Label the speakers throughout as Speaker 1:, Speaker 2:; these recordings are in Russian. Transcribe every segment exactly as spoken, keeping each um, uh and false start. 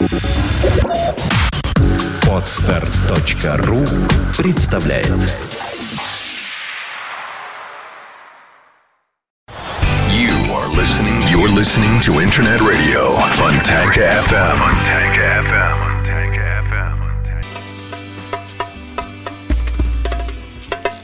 Speaker 1: Подстер точка ру представляет.
Speaker 2: You are listening. You're listening to Internet Radio Fontanka эф эм. Fontanka эф эм. Fontanka эф эм.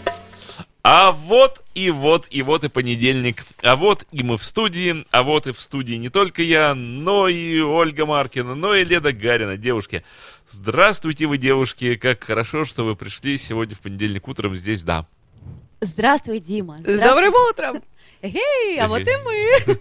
Speaker 3: А вот и вот, и вот и понедельник. А вот и мы в студии. А вот и в студии не только я, но и Ольга Маркина, но и Леда Гарина. Девушки, здравствуйте вы, девушки. Как хорошо, что вы пришли сегодня в понедельник утром здесь, да.
Speaker 4: Здравствуй, Дима.
Speaker 5: С добрым утром.
Speaker 4: Эй, а вот и мы.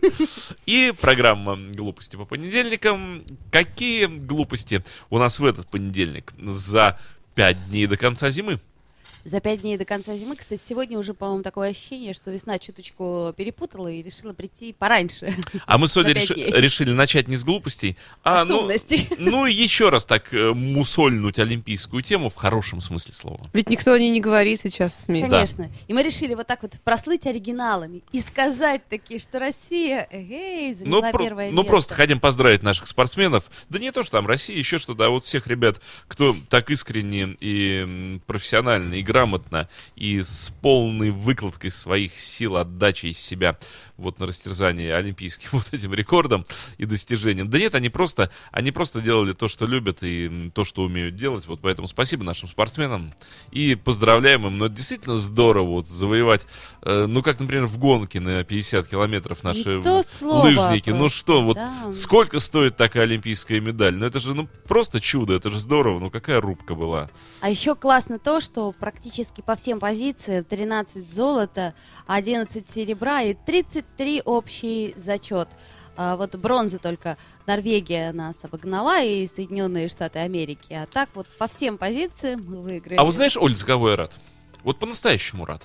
Speaker 3: И программа «Глупости по понедельникам». Какие глупости у нас в этот понедельник за пять дней до конца зимы?
Speaker 4: За пять дней до конца зимы, кстати, сегодня уже, по-моему, такое ощущение, что весна чуточку перепутала и решила прийти пораньше.
Speaker 3: А мы сегодня
Speaker 4: За пять
Speaker 3: реши-
Speaker 4: дней.
Speaker 3: решили начать не с глупостей, а,
Speaker 4: А с
Speaker 3: ну,
Speaker 4: умностей.
Speaker 3: ну еще раз так э, мусольнуть олимпийскую тему в хорошем смысле слова.
Speaker 5: Ведь никто о ней не говорит сейчас в СМИ.
Speaker 4: Конечно. И мы решили вот так вот прослыть оригиналами и сказать такие, что Россия, эй,
Speaker 3: Ну,
Speaker 4: заняла
Speaker 3: про-
Speaker 4: первое
Speaker 3: ну
Speaker 4: место.
Speaker 3: просто хотим поздравить наших спортсменов. Да не то, что там Россия, еще что-то, а вот всех ребят, кто так искренне и м, профессионально, и грамотно, и с полной выкладкой своих сил, отдачей из себя вот на растерзание олимпийским вот этим рекордом и достижением. Да нет, они просто, они просто делали то, что любят, и м, то, что умеют делать. Вот поэтому спасибо нашим спортсменам и поздравляем им. Но это действительно здорово вот завоевать, э, ну как, например, в гонке на пятьдесят километров наши
Speaker 4: Не то слово
Speaker 3: лыжники. Ну
Speaker 4: просто,
Speaker 3: что, вот
Speaker 4: да.
Speaker 3: сколько стоит такая олимпийская медаль? Ну это же ну просто чудо, это же здорово. Ну какая рубка была.
Speaker 4: А еще классно то, что практически по всем позициям тринадцать золота, одиннадцать серебра и тридцать три общий зачет. А вот бронза только Норвегия нас обогнала и Соединенные Штаты Америки. А так вот по всем позициям мы выиграли.
Speaker 3: А вот знаешь, Оль, за кого я рад? Вот по-настоящему рад.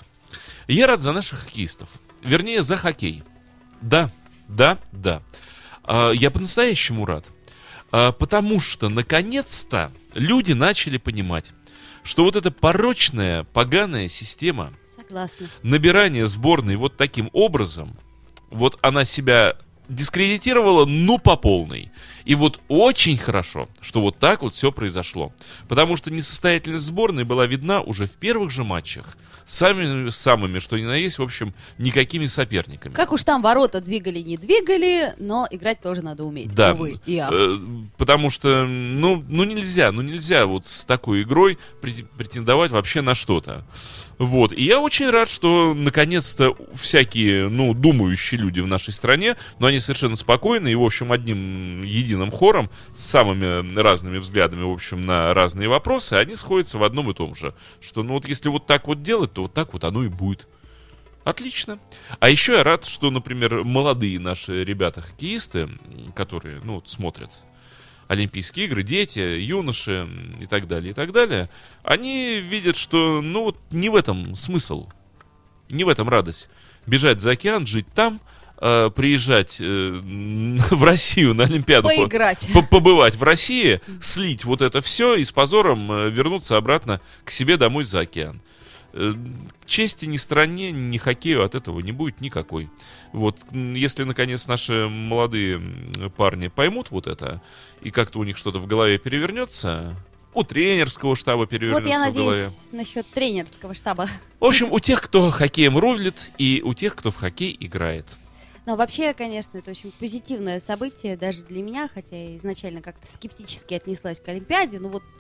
Speaker 3: Я рад за наших хоккеистов. Вернее, за хоккей. Да, да, да. А, я по-настоящему рад. А, потому что, наконец-то, люди начали понимать, что вот эта порочная, поганая система
Speaker 4: Согласна.
Speaker 3: набирания сборной вот таким образом, вот она себя дискредитировала, ну, по полной. И вот очень хорошо, что вот так вот все произошло. Потому что несостоятельность сборной была видна уже в первых же матчах. Самыми, самыми, что ни на есть, в общем, никакими соперниками.
Speaker 4: Как уж там ворота двигали, не двигали, но играть тоже надо уметь.
Speaker 3: Да,
Speaker 4: Увы и ах.
Speaker 3: э, потому что, ну, ну нельзя, ну нельзя вот с такой игрой пре- претендовать вообще на что-то. Вот, и я очень рад, что наконец-то всякие, ну, думающие люди в нашей стране, но они совершенно спокойны и, в общем, одним единым хором, с самыми разными взглядами, в общем, на разные вопросы, они сходятся в одном и том же, что, ну, вот если вот так вот делать, то вот так вот оно и будет. Отлично. А еще я рад, что, например, молодые наши ребята-хоккеисты, которые, ну, вот, смотрят Олимпийские игры, дети, юноши и так далее, и так далее, они видят, что, ну, вот не в этом смысл, не в этом радость. Бежать за океан, жить там, э, приезжать э, в Россию на Олимпиаду,
Speaker 4: Поиграть.
Speaker 3: по- побывать в России, слить вот это все и с позором э, вернуться обратно к себе домой за океан. Э, Чести ни стране, ни хоккею от этого не будет никакой. Вот, м, если, наконец, наши молодые м, парни поймут вот это, и как-то у них что-то в голове перевернется, у тренерского штаба перевернется
Speaker 4: Вот я
Speaker 3: в голове.
Speaker 4: надеюсь насчет тренерского штаба.
Speaker 3: В общем, у тех, кто хоккеем рулит, и у тех, кто в хоккей играет.
Speaker 4: Но вообще, конечно, это очень позитивное событие даже для меня, хотя я изначально как-то скептически отнеслась к Олимпиаде, но вот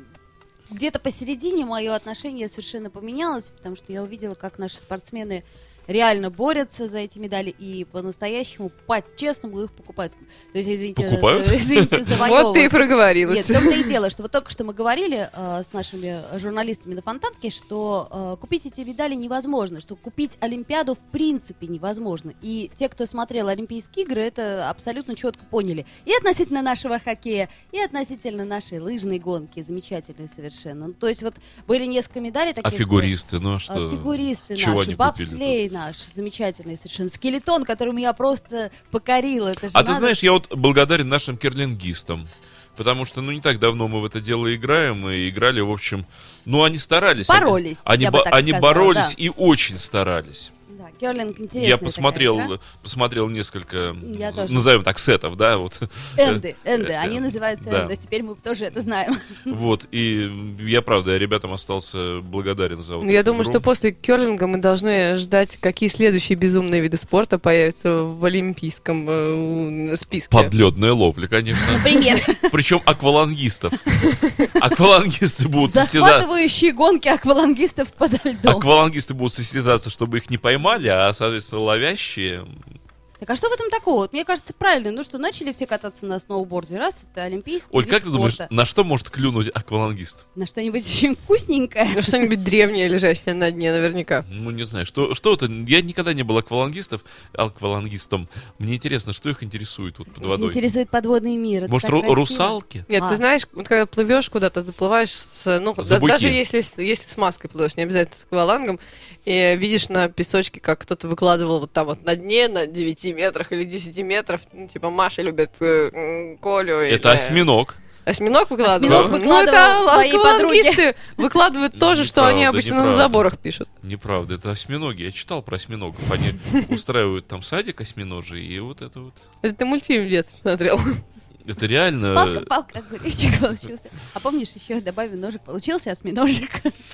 Speaker 4: где-то посередине мое отношение совершенно поменялось, потому что я увидела, как наши спортсмены реально борются за эти медали и по-настоящему, по-честному их покупают. То есть, извините,
Speaker 3: Покупают?
Speaker 4: э, извините, завоевывают.
Speaker 5: Вот ты и проговорилась.
Speaker 4: Нет, в том-то и дело, что вот только что мы говорили э, с нашими журналистами на Фонтанке, что э, купить эти медали невозможно, что купить Олимпиаду в принципе невозможно. И те, кто смотрел Олимпийские игры, это абсолютно четко поняли. И относительно нашего хоккея, и относительно нашей лыжной гонки. Замечательные совершенно. Ну, то есть вот были несколько медалей таких.
Speaker 3: А фигуристы, ну а что?
Speaker 4: А, Фигуристы
Speaker 3: Чего
Speaker 4: наши,
Speaker 3: они купили
Speaker 4: бобслей наш, замечательный совершенно. Скелетон, которым я просто покорила. Это же
Speaker 3: А
Speaker 4: надо.
Speaker 3: ты знаешь, я вот благодарен нашим керлингистам. Потому что, ну, не так давно мы в это дело играем, и играли, в общем, ну, они старались.
Speaker 4: Боролись,
Speaker 3: Они,
Speaker 4: я
Speaker 3: бо-
Speaker 4: бы так
Speaker 3: они
Speaker 4: сказала,
Speaker 3: боролись
Speaker 4: да.
Speaker 3: и очень старались.
Speaker 4: Да, керлинг интересная
Speaker 3: Я посмотрел,
Speaker 4: такая игра.
Speaker 3: посмотрел несколько,
Speaker 4: Я тоже.
Speaker 3: назовем так, сетов, да, вот.
Speaker 4: Энды, энды,
Speaker 3: Э,
Speaker 4: они называются
Speaker 3: да.
Speaker 4: энды, теперь мы тоже это знаем.
Speaker 3: Вот, и я, правда, я ребятам остался благодарен за вот
Speaker 5: Ну, я
Speaker 3: эту
Speaker 5: думаю,
Speaker 3: игру.
Speaker 5: что после керлинга мы должны ждать, какие следующие безумные виды спорта появятся в олимпийском э, списке.
Speaker 3: Подледная ловля, конечно.
Speaker 4: Например,
Speaker 3: Причем аквалангистов. Аквалангисты будут состязаться.
Speaker 4: захватывающие гонки аквалангистов подо льдом.
Speaker 3: Аквалангисты будут состязаться, чтобы их не поймали, а, соответственно, ловящие.
Speaker 4: Так а что в этом такого? Вот, мне кажется, правильно. Ну что, начали все кататься на сноуборде. Раз, это олимпийский
Speaker 3: Оль,
Speaker 4: вид
Speaker 3: как ты думаешь,
Speaker 4: спорта.
Speaker 3: на что может клюнуть аквалангист?
Speaker 4: На что-нибудь очень вкусненькое.
Speaker 5: Ну, что-нибудь древнее, лежащее на дне, наверняка.
Speaker 3: Ну, не знаю, что, что это? Я никогда не был аквалангистов, аквалангистом. Мне интересно, что их интересует вот под водой?
Speaker 4: Интересует подводный мир. Это
Speaker 3: Может,
Speaker 4: так
Speaker 3: ру-
Speaker 4: красиво.
Speaker 3: русалки?
Speaker 5: Нет,
Speaker 4: А.
Speaker 5: ты знаешь, вот когда плывешь куда-то, ты плываешь с... Ну,
Speaker 3: За
Speaker 5: да-
Speaker 3: буйки.
Speaker 5: даже если, с- если с маской плывешь, не обязательно с аквалангом, и видишь на песочке, как кто-то выкладывал вот там вот на дне, на девяти метрах или десяти метров, ну, типа Маша любит э, м, Колю.
Speaker 3: Это
Speaker 5: или-
Speaker 3: осьминог.
Speaker 5: Осьминог выкладывал?
Speaker 4: Осьминог
Speaker 5: Ну,
Speaker 4: выкладывал
Speaker 5: это
Speaker 4: своей
Speaker 5: аквалангисты выкладывают то же, что они
Speaker 3: Неправда,
Speaker 5: обычно на
Speaker 3: неправда.
Speaker 5: заборах пишут.
Speaker 3: Неправда, это осьминоги. Я читал про осьминогов. Они устраивают там садик осьминожий, и вот это вот.
Speaker 5: Это ты мультфильм в детстве смотрел.
Speaker 3: Это реально...
Speaker 4: Палка, палка, огуречек получился. А помнишь, еще добавим ножик, получился осьминожик.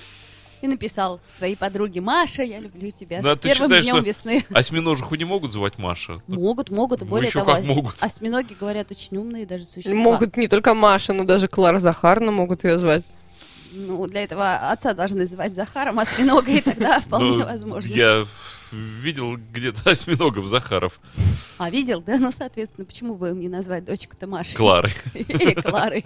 Speaker 4: И написал своей подруге: Маша, я люблю тебя.
Speaker 3: Ну, а
Speaker 4: С
Speaker 3: ты
Speaker 4: первым
Speaker 3: считаешь,
Speaker 4: днем
Speaker 3: что
Speaker 4: весны.
Speaker 3: Осьминожиху не могут звать Маша?
Speaker 4: Могут, могут, и
Speaker 3: Ну,
Speaker 4: более
Speaker 3: еще
Speaker 4: того,
Speaker 3: как могут.
Speaker 4: осьминоги, говорят, очень умные даже существа.
Speaker 5: Могут не только Маша, но даже Клара Захаровна могут ее звать.
Speaker 4: Ну, для этого отца должны звать Захаром, осьминога, и тогда вполне
Speaker 3: Ну,
Speaker 4: возможно.
Speaker 3: Я в- видел где-то осьминогов Захаров.
Speaker 4: А, видел, да? Ну, соответственно, почему бы им не назвать дочку-то Машей?
Speaker 3: Клары.
Speaker 4: Или Кларой.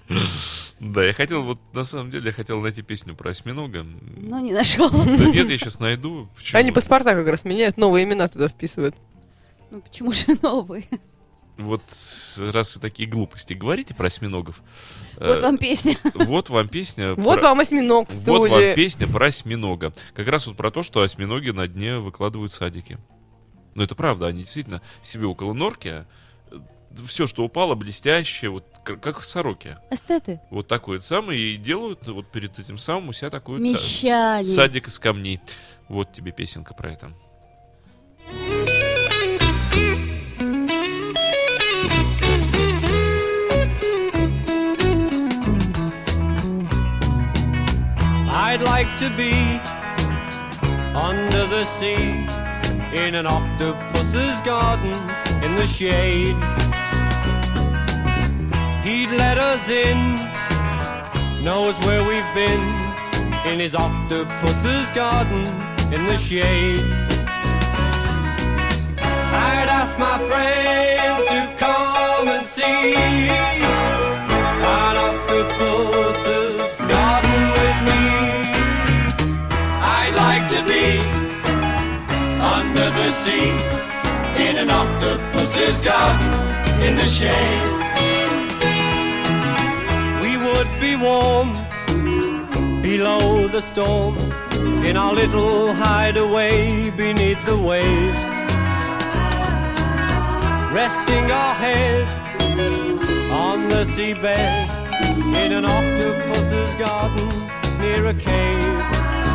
Speaker 3: Да, я хотел, вот на самом деле, я хотел найти песню про осьминога.
Speaker 4: Но не нашел.
Speaker 3: Да нет, я сейчас найду. Почему?
Speaker 5: Они паспорта как раз меняют, новые имена туда вписывают.
Speaker 4: Ну, почему же новые?
Speaker 3: Вот раз вы такие глупости говорите про осьминогов.
Speaker 4: Вот
Speaker 3: э,
Speaker 4: вам песня.
Speaker 3: Вот вам песня.
Speaker 5: Вот
Speaker 3: про-
Speaker 5: вам осьминог в
Speaker 3: Вот вам
Speaker 5: студии.
Speaker 3: песня про осьминога. Как раз вот про то, что осьминоги на дне выкладывают садики. Ну, это правда, они действительно себе около норки все, что упало, блестящее, вот к- как сороки.
Speaker 4: Эстеты.
Speaker 3: Вот такой вот самый, и делают вот перед этим самым у себя такой вот са-
Speaker 4: Мещане.
Speaker 3: садик из камней. Вот тебе песенка про это.
Speaker 6: I'd like to be under the sea in an octopus's garden in the shade. He'd let us in, knows where we've been in his octopus's garden in the shade. I'd ask my friends to come and see an octopus's garden with me. I'd like to be under the sea in an octopus's garden in the shade. We would be warm below the storm in our little hideaway beneath the waves, resting our head on the seabed in an octopus's garden near a cave.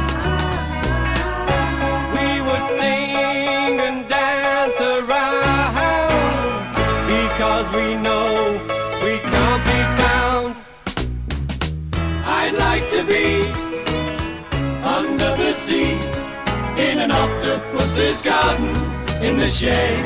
Speaker 6: We would sing and dance around because we know we can't be found. I'd like to be under the sea in an octopus's garden in the shade.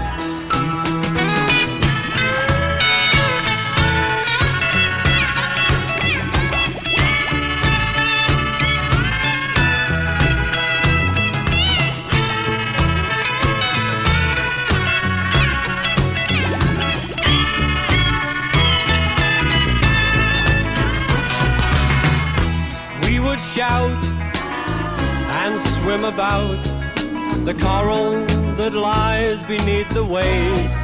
Speaker 6: We would shout and swim about the coral that lies beneath the waves.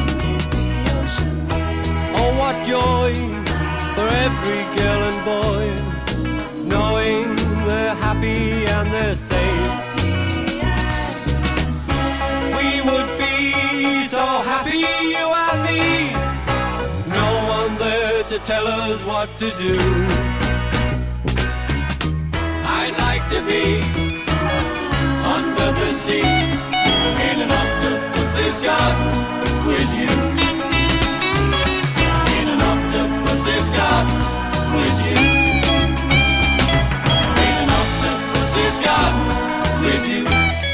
Speaker 6: Oh, what joy for every girl and boy, knowing they're happy and they're safe. We would be so happy, you and me, no one there to tell us what to do. I'd like to be under the sea in an octopus's garden with you. In an octopus's garden with you. In an octopus's garden with you.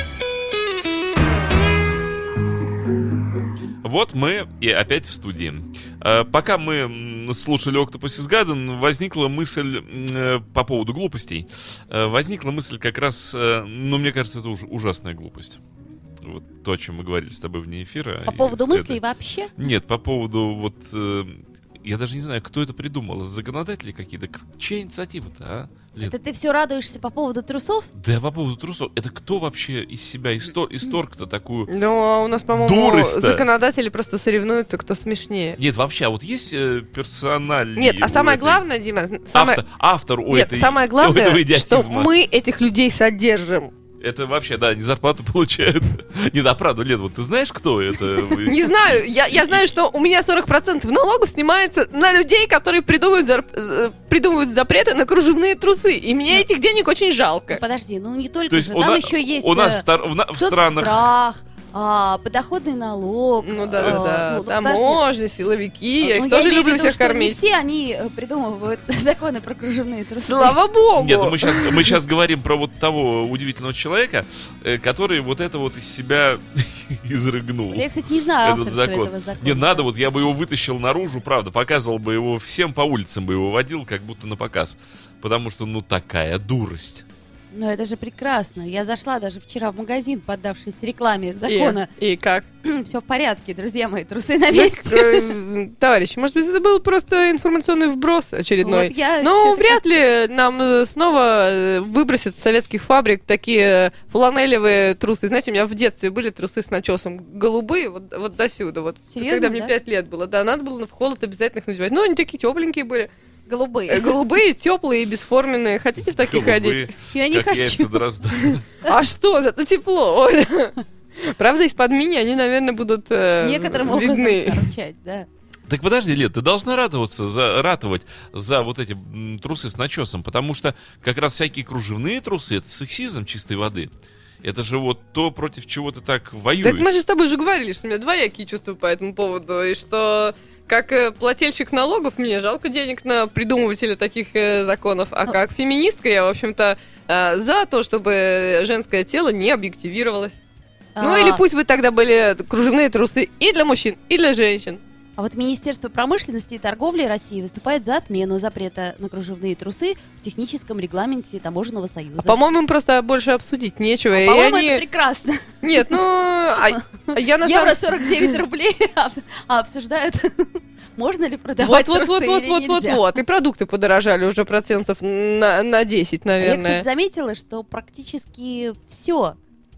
Speaker 3: Вот мы и опять в студии. Э, Пока мы слушали Octopus's Garden, возникла мысль э, по поводу глупостей. Э, Возникла мысль как раз, э, ну, мне кажется, это уж ужасная глупость. Вот то, о чем мы говорили с тобой вне эфира.
Speaker 4: По
Speaker 3: И
Speaker 4: поводу
Speaker 3: следует-
Speaker 4: мыслей вообще?
Speaker 3: Нет, по поводу вот... э, Я даже не знаю, кто это придумал. Законодатели какие-то? К- Чья инициатива-то, а? Лен?
Speaker 4: Это ты все радуешься по поводу трусов?
Speaker 3: Да, по поводу трусов. Это кто вообще из себя истор- исторг-то такую...
Speaker 5: Ну, а у нас, по-моему,
Speaker 3: Дурость-то.
Speaker 5: законодатели просто соревнуются, кто смешнее.
Speaker 3: Нет, вообще, а вот есть э, персональный...
Speaker 5: Нет, а
Speaker 3: у
Speaker 5: самое
Speaker 3: этой-
Speaker 5: главное, Дима, самое...
Speaker 3: Автор, автор у
Speaker 5: Нет,
Speaker 3: этой,
Speaker 5: самое
Speaker 3: у
Speaker 5: главное,
Speaker 3: этого
Speaker 5: что
Speaker 3: идиотизма.
Speaker 5: мы этих людей содержим.
Speaker 3: Это вообще, да, не зарплату получают. Не, да, правда, Лен, вот ты знаешь, кто это?
Speaker 5: Не знаю, я, я знаю, что у меня сорок процентов налогов снимается на людей, которые придумывают, зар- з- придумывают запреты на кружевные трусы. И мне этих денег очень жалко.
Speaker 4: Подожди, ну не только
Speaker 3: То есть
Speaker 4: же.
Speaker 3: у
Speaker 4: Там
Speaker 3: на-
Speaker 4: еще есть
Speaker 3: у нас
Speaker 4: э,
Speaker 3: в тар- в на- в странах...
Speaker 4: соцстрах, а, подоходный налог.
Speaker 5: Ну да,
Speaker 4: э,
Speaker 5: да, да.
Speaker 4: ну, подожди.
Speaker 5: Таможни, силовики, я
Speaker 4: Ну,
Speaker 5: их тоже
Speaker 4: имею в
Speaker 5: люблю
Speaker 4: виду,
Speaker 5: всех
Speaker 4: что
Speaker 5: кормить.
Speaker 4: Не все они э, придумывают законы про кружевные трусы.
Speaker 5: Слава богу!
Speaker 3: Нет, ну мы сейчас, мы сейчас говорим про вот того удивительного человека, э, который вот это вот из себя изрыгнул.
Speaker 4: Я, кстати, не знаю
Speaker 3: Этот
Speaker 4: авторство
Speaker 3: закон.
Speaker 4: этого закона.
Speaker 3: Не надо, вот я бы его вытащил наружу, правда, показывал бы его всем по улицам, бы его водил, как будто на показ. Потому что, ну, такая дурость.
Speaker 4: Но это же прекрасно. Я зашла даже вчера в магазин, поддавшись рекламе
Speaker 5: И-
Speaker 4: закона.
Speaker 5: И, как?
Speaker 4: Все в порядке, друзья мои, трусы на месте.
Speaker 5: Э, Товарищи, может быть, это был просто информационный вброс очередной.
Speaker 4: Вот я
Speaker 5: Но
Speaker 4: чё-то
Speaker 5: вряд ли нам э, снова э, выбросят с советских фабрик такие фланелевые трусы. Знаете, у меня в детстве были трусы с начесом голубые, вот, вот до сюда. Вот,
Speaker 4: Серьезно,
Speaker 5: когда мне
Speaker 4: да?
Speaker 5: пять лет было. Да, надо было в холод обязательно их надевать. Ну, они такие тепленькие были. Э,
Speaker 4: Голубые.
Speaker 5: Голубые, теплые и бесформенные. Хотите в таких
Speaker 3: Голубые,
Speaker 5: ходить?
Speaker 4: Я не
Speaker 3: как
Speaker 4: хочу.
Speaker 3: яйца дрозда.
Speaker 5: А что, зато тепло. Ой. Правда, из-под мини они, наверное, будут э,
Speaker 4: Некоторым образом
Speaker 5: видны.
Speaker 4: торчать, да.
Speaker 3: Так подожди, Лет, ты должна радоваться за, ратовать за вот эти м, трусы с начесом, потому что как раз всякие кружевные трусы — это сексизм чистой воды. Это же вот то, против чего ты так воюешь.
Speaker 5: Так мы же с тобой уже говорили, что у меня двоякие чувства по этому поводу, и что как э, плательщик налогов мне жалко денег на придумывателя таких э, законов, а как феминистка я, в общем-то, э, за то, чтобы женское тело не объективировалось. Ну
Speaker 4: А,
Speaker 5: или пусть бы тогда были кружевные трусы и для мужчин, и для женщин.
Speaker 4: А вот Министерство промышленности и торговли России выступает за отмену запрета на кружевные трусы в техническом регламенте Таможенного союза.
Speaker 5: По-моему, им просто больше обсудить нечего. и
Speaker 4: По-моему,
Speaker 5: они...
Speaker 4: это прекрасно.
Speaker 5: Нет, ну... а- а я на
Speaker 4: Евро
Speaker 5: самом...
Speaker 4: сорок девять рублей, а а обсуждают, можно ли продавать
Speaker 5: Вот, вот, вот,
Speaker 4: трусы
Speaker 5: вот,
Speaker 4: или
Speaker 5: вот, вот,
Speaker 4: нельзя.
Speaker 5: вот. И продукты подорожали уже процентов на, на десять,
Speaker 4: А Я,
Speaker 5: наверное.
Speaker 4: кстати, заметила, что практически все,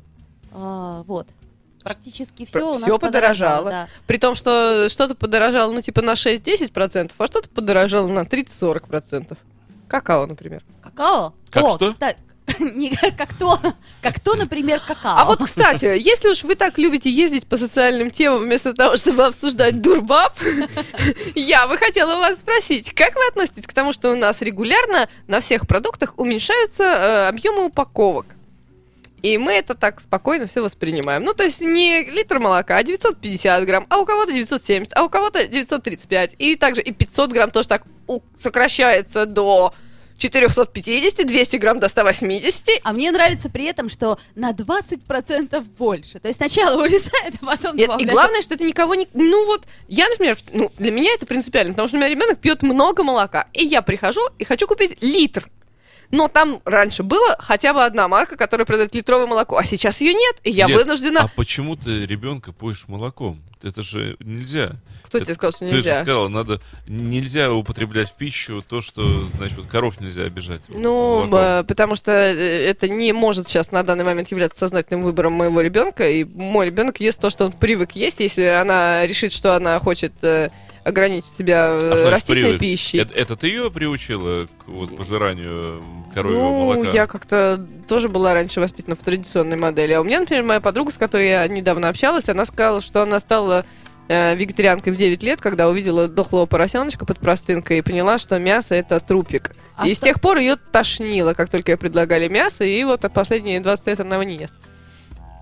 Speaker 4: вот, практически все у нас
Speaker 5: Всё подорожало.
Speaker 4: да.
Speaker 5: При том, что что-то подорожало, ну, типа, на шесть-десять процентов, а что-то подорожало на тридцать-сорок процентов. Какао, например.
Speaker 4: Какао?
Speaker 3: Как
Speaker 4: О,
Speaker 3: что?
Speaker 4: кстати, не как то, как то, например, какао.
Speaker 5: А вот, кстати, если уж вы так любите ездить по социальным темам вместо того, чтобы обсуждать дурбаб, я бы хотела вас спросить, как вы относитесь к тому, что у нас регулярно на всех продуктах уменьшаются э, объемы упаковок? И мы это так спокойно все воспринимаем. Ну, то есть не литр молока, а девятьсот пятьдесят грамм, а у кого-то девятьсот семьдесят, а у кого-то девятьсот тридцать пять. И также и пятьсот грамм тоже так у- сокращается до четыреста пятьдесят, двести грамм до ста восьмидесяти.
Speaker 4: А мне нравится при этом, что на двадцать процентов больше. То есть сначала вырезает, а потом
Speaker 5: Нет, и
Speaker 4: добавляет.
Speaker 5: главное, что это никого не... Ну вот, я, например, в- ну, для меня это принципиально, потому что у меня ребенок пьет много молока, и я прихожу и хочу купить литр. Но там раньше было хотя бы одна марка, которая продает литровое молоко, а сейчас ее нет, и я
Speaker 3: Лет,
Speaker 5: вынуждена...
Speaker 3: А почему ты ребенка поешь молоком? Это же нельзя.
Speaker 5: Кто
Speaker 3: Это-
Speaker 5: тебе сказал, что
Speaker 3: Ты же
Speaker 5: нельзя?
Speaker 3: сказала, надо нельзя употреблять в пищу то, что, значит, вот коров нельзя обижать.
Speaker 5: Ну,
Speaker 3: молоком.
Speaker 5: э, потому что э, это не может сейчас на данный момент являться сознательным выбором моего ребенка, и мой ребенок ест то, что он привык есть. Если она решит, что она хочет э, ограничить себя э,
Speaker 3: А что значит
Speaker 5: растительной
Speaker 3: привык?
Speaker 5: пищей.
Speaker 3: Это, это ты ее приучила к вот, пожиранию коровьего
Speaker 5: Ну,
Speaker 3: молока?
Speaker 5: я как-то тоже была раньше воспитана в традиционной модели. А у меня, например, моя подруга, с которой я недавно общалась, она сказала, что она стала э, вегетарианкой в девять лет, когда увидела дохлого поросеночка под простынкой и поняла, что мясо — это трупик.
Speaker 4: А
Speaker 5: и
Speaker 4: что-
Speaker 5: с тех пор ее тошнило, как только ей предлагали мясо, и вот последние двадцать лет она его не ест.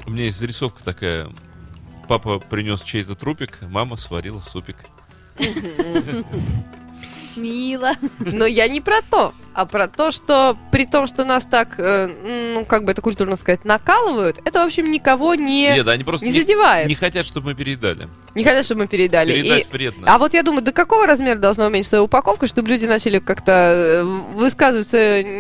Speaker 3: У меня есть зарисовка такая. Папа принес чей-то трупик, мама сварила супик.
Speaker 4: Мило.
Speaker 5: Но я не про то, а про то, что при том, что нас так, э, ну, как бы это культурно сказать, накалывают, это, в общем, никого не,
Speaker 3: Нет, они просто
Speaker 5: не
Speaker 3: не,
Speaker 5: задевает.
Speaker 3: не хотят, чтобы мы переедали.
Speaker 5: Не хотят, чтобы мы передали.
Speaker 3: Передать
Speaker 5: И-
Speaker 3: вредно.
Speaker 5: А вот я думаю, до какого размера должна уменьшиться упаковка, чтобы люди начали как-то э, высказываться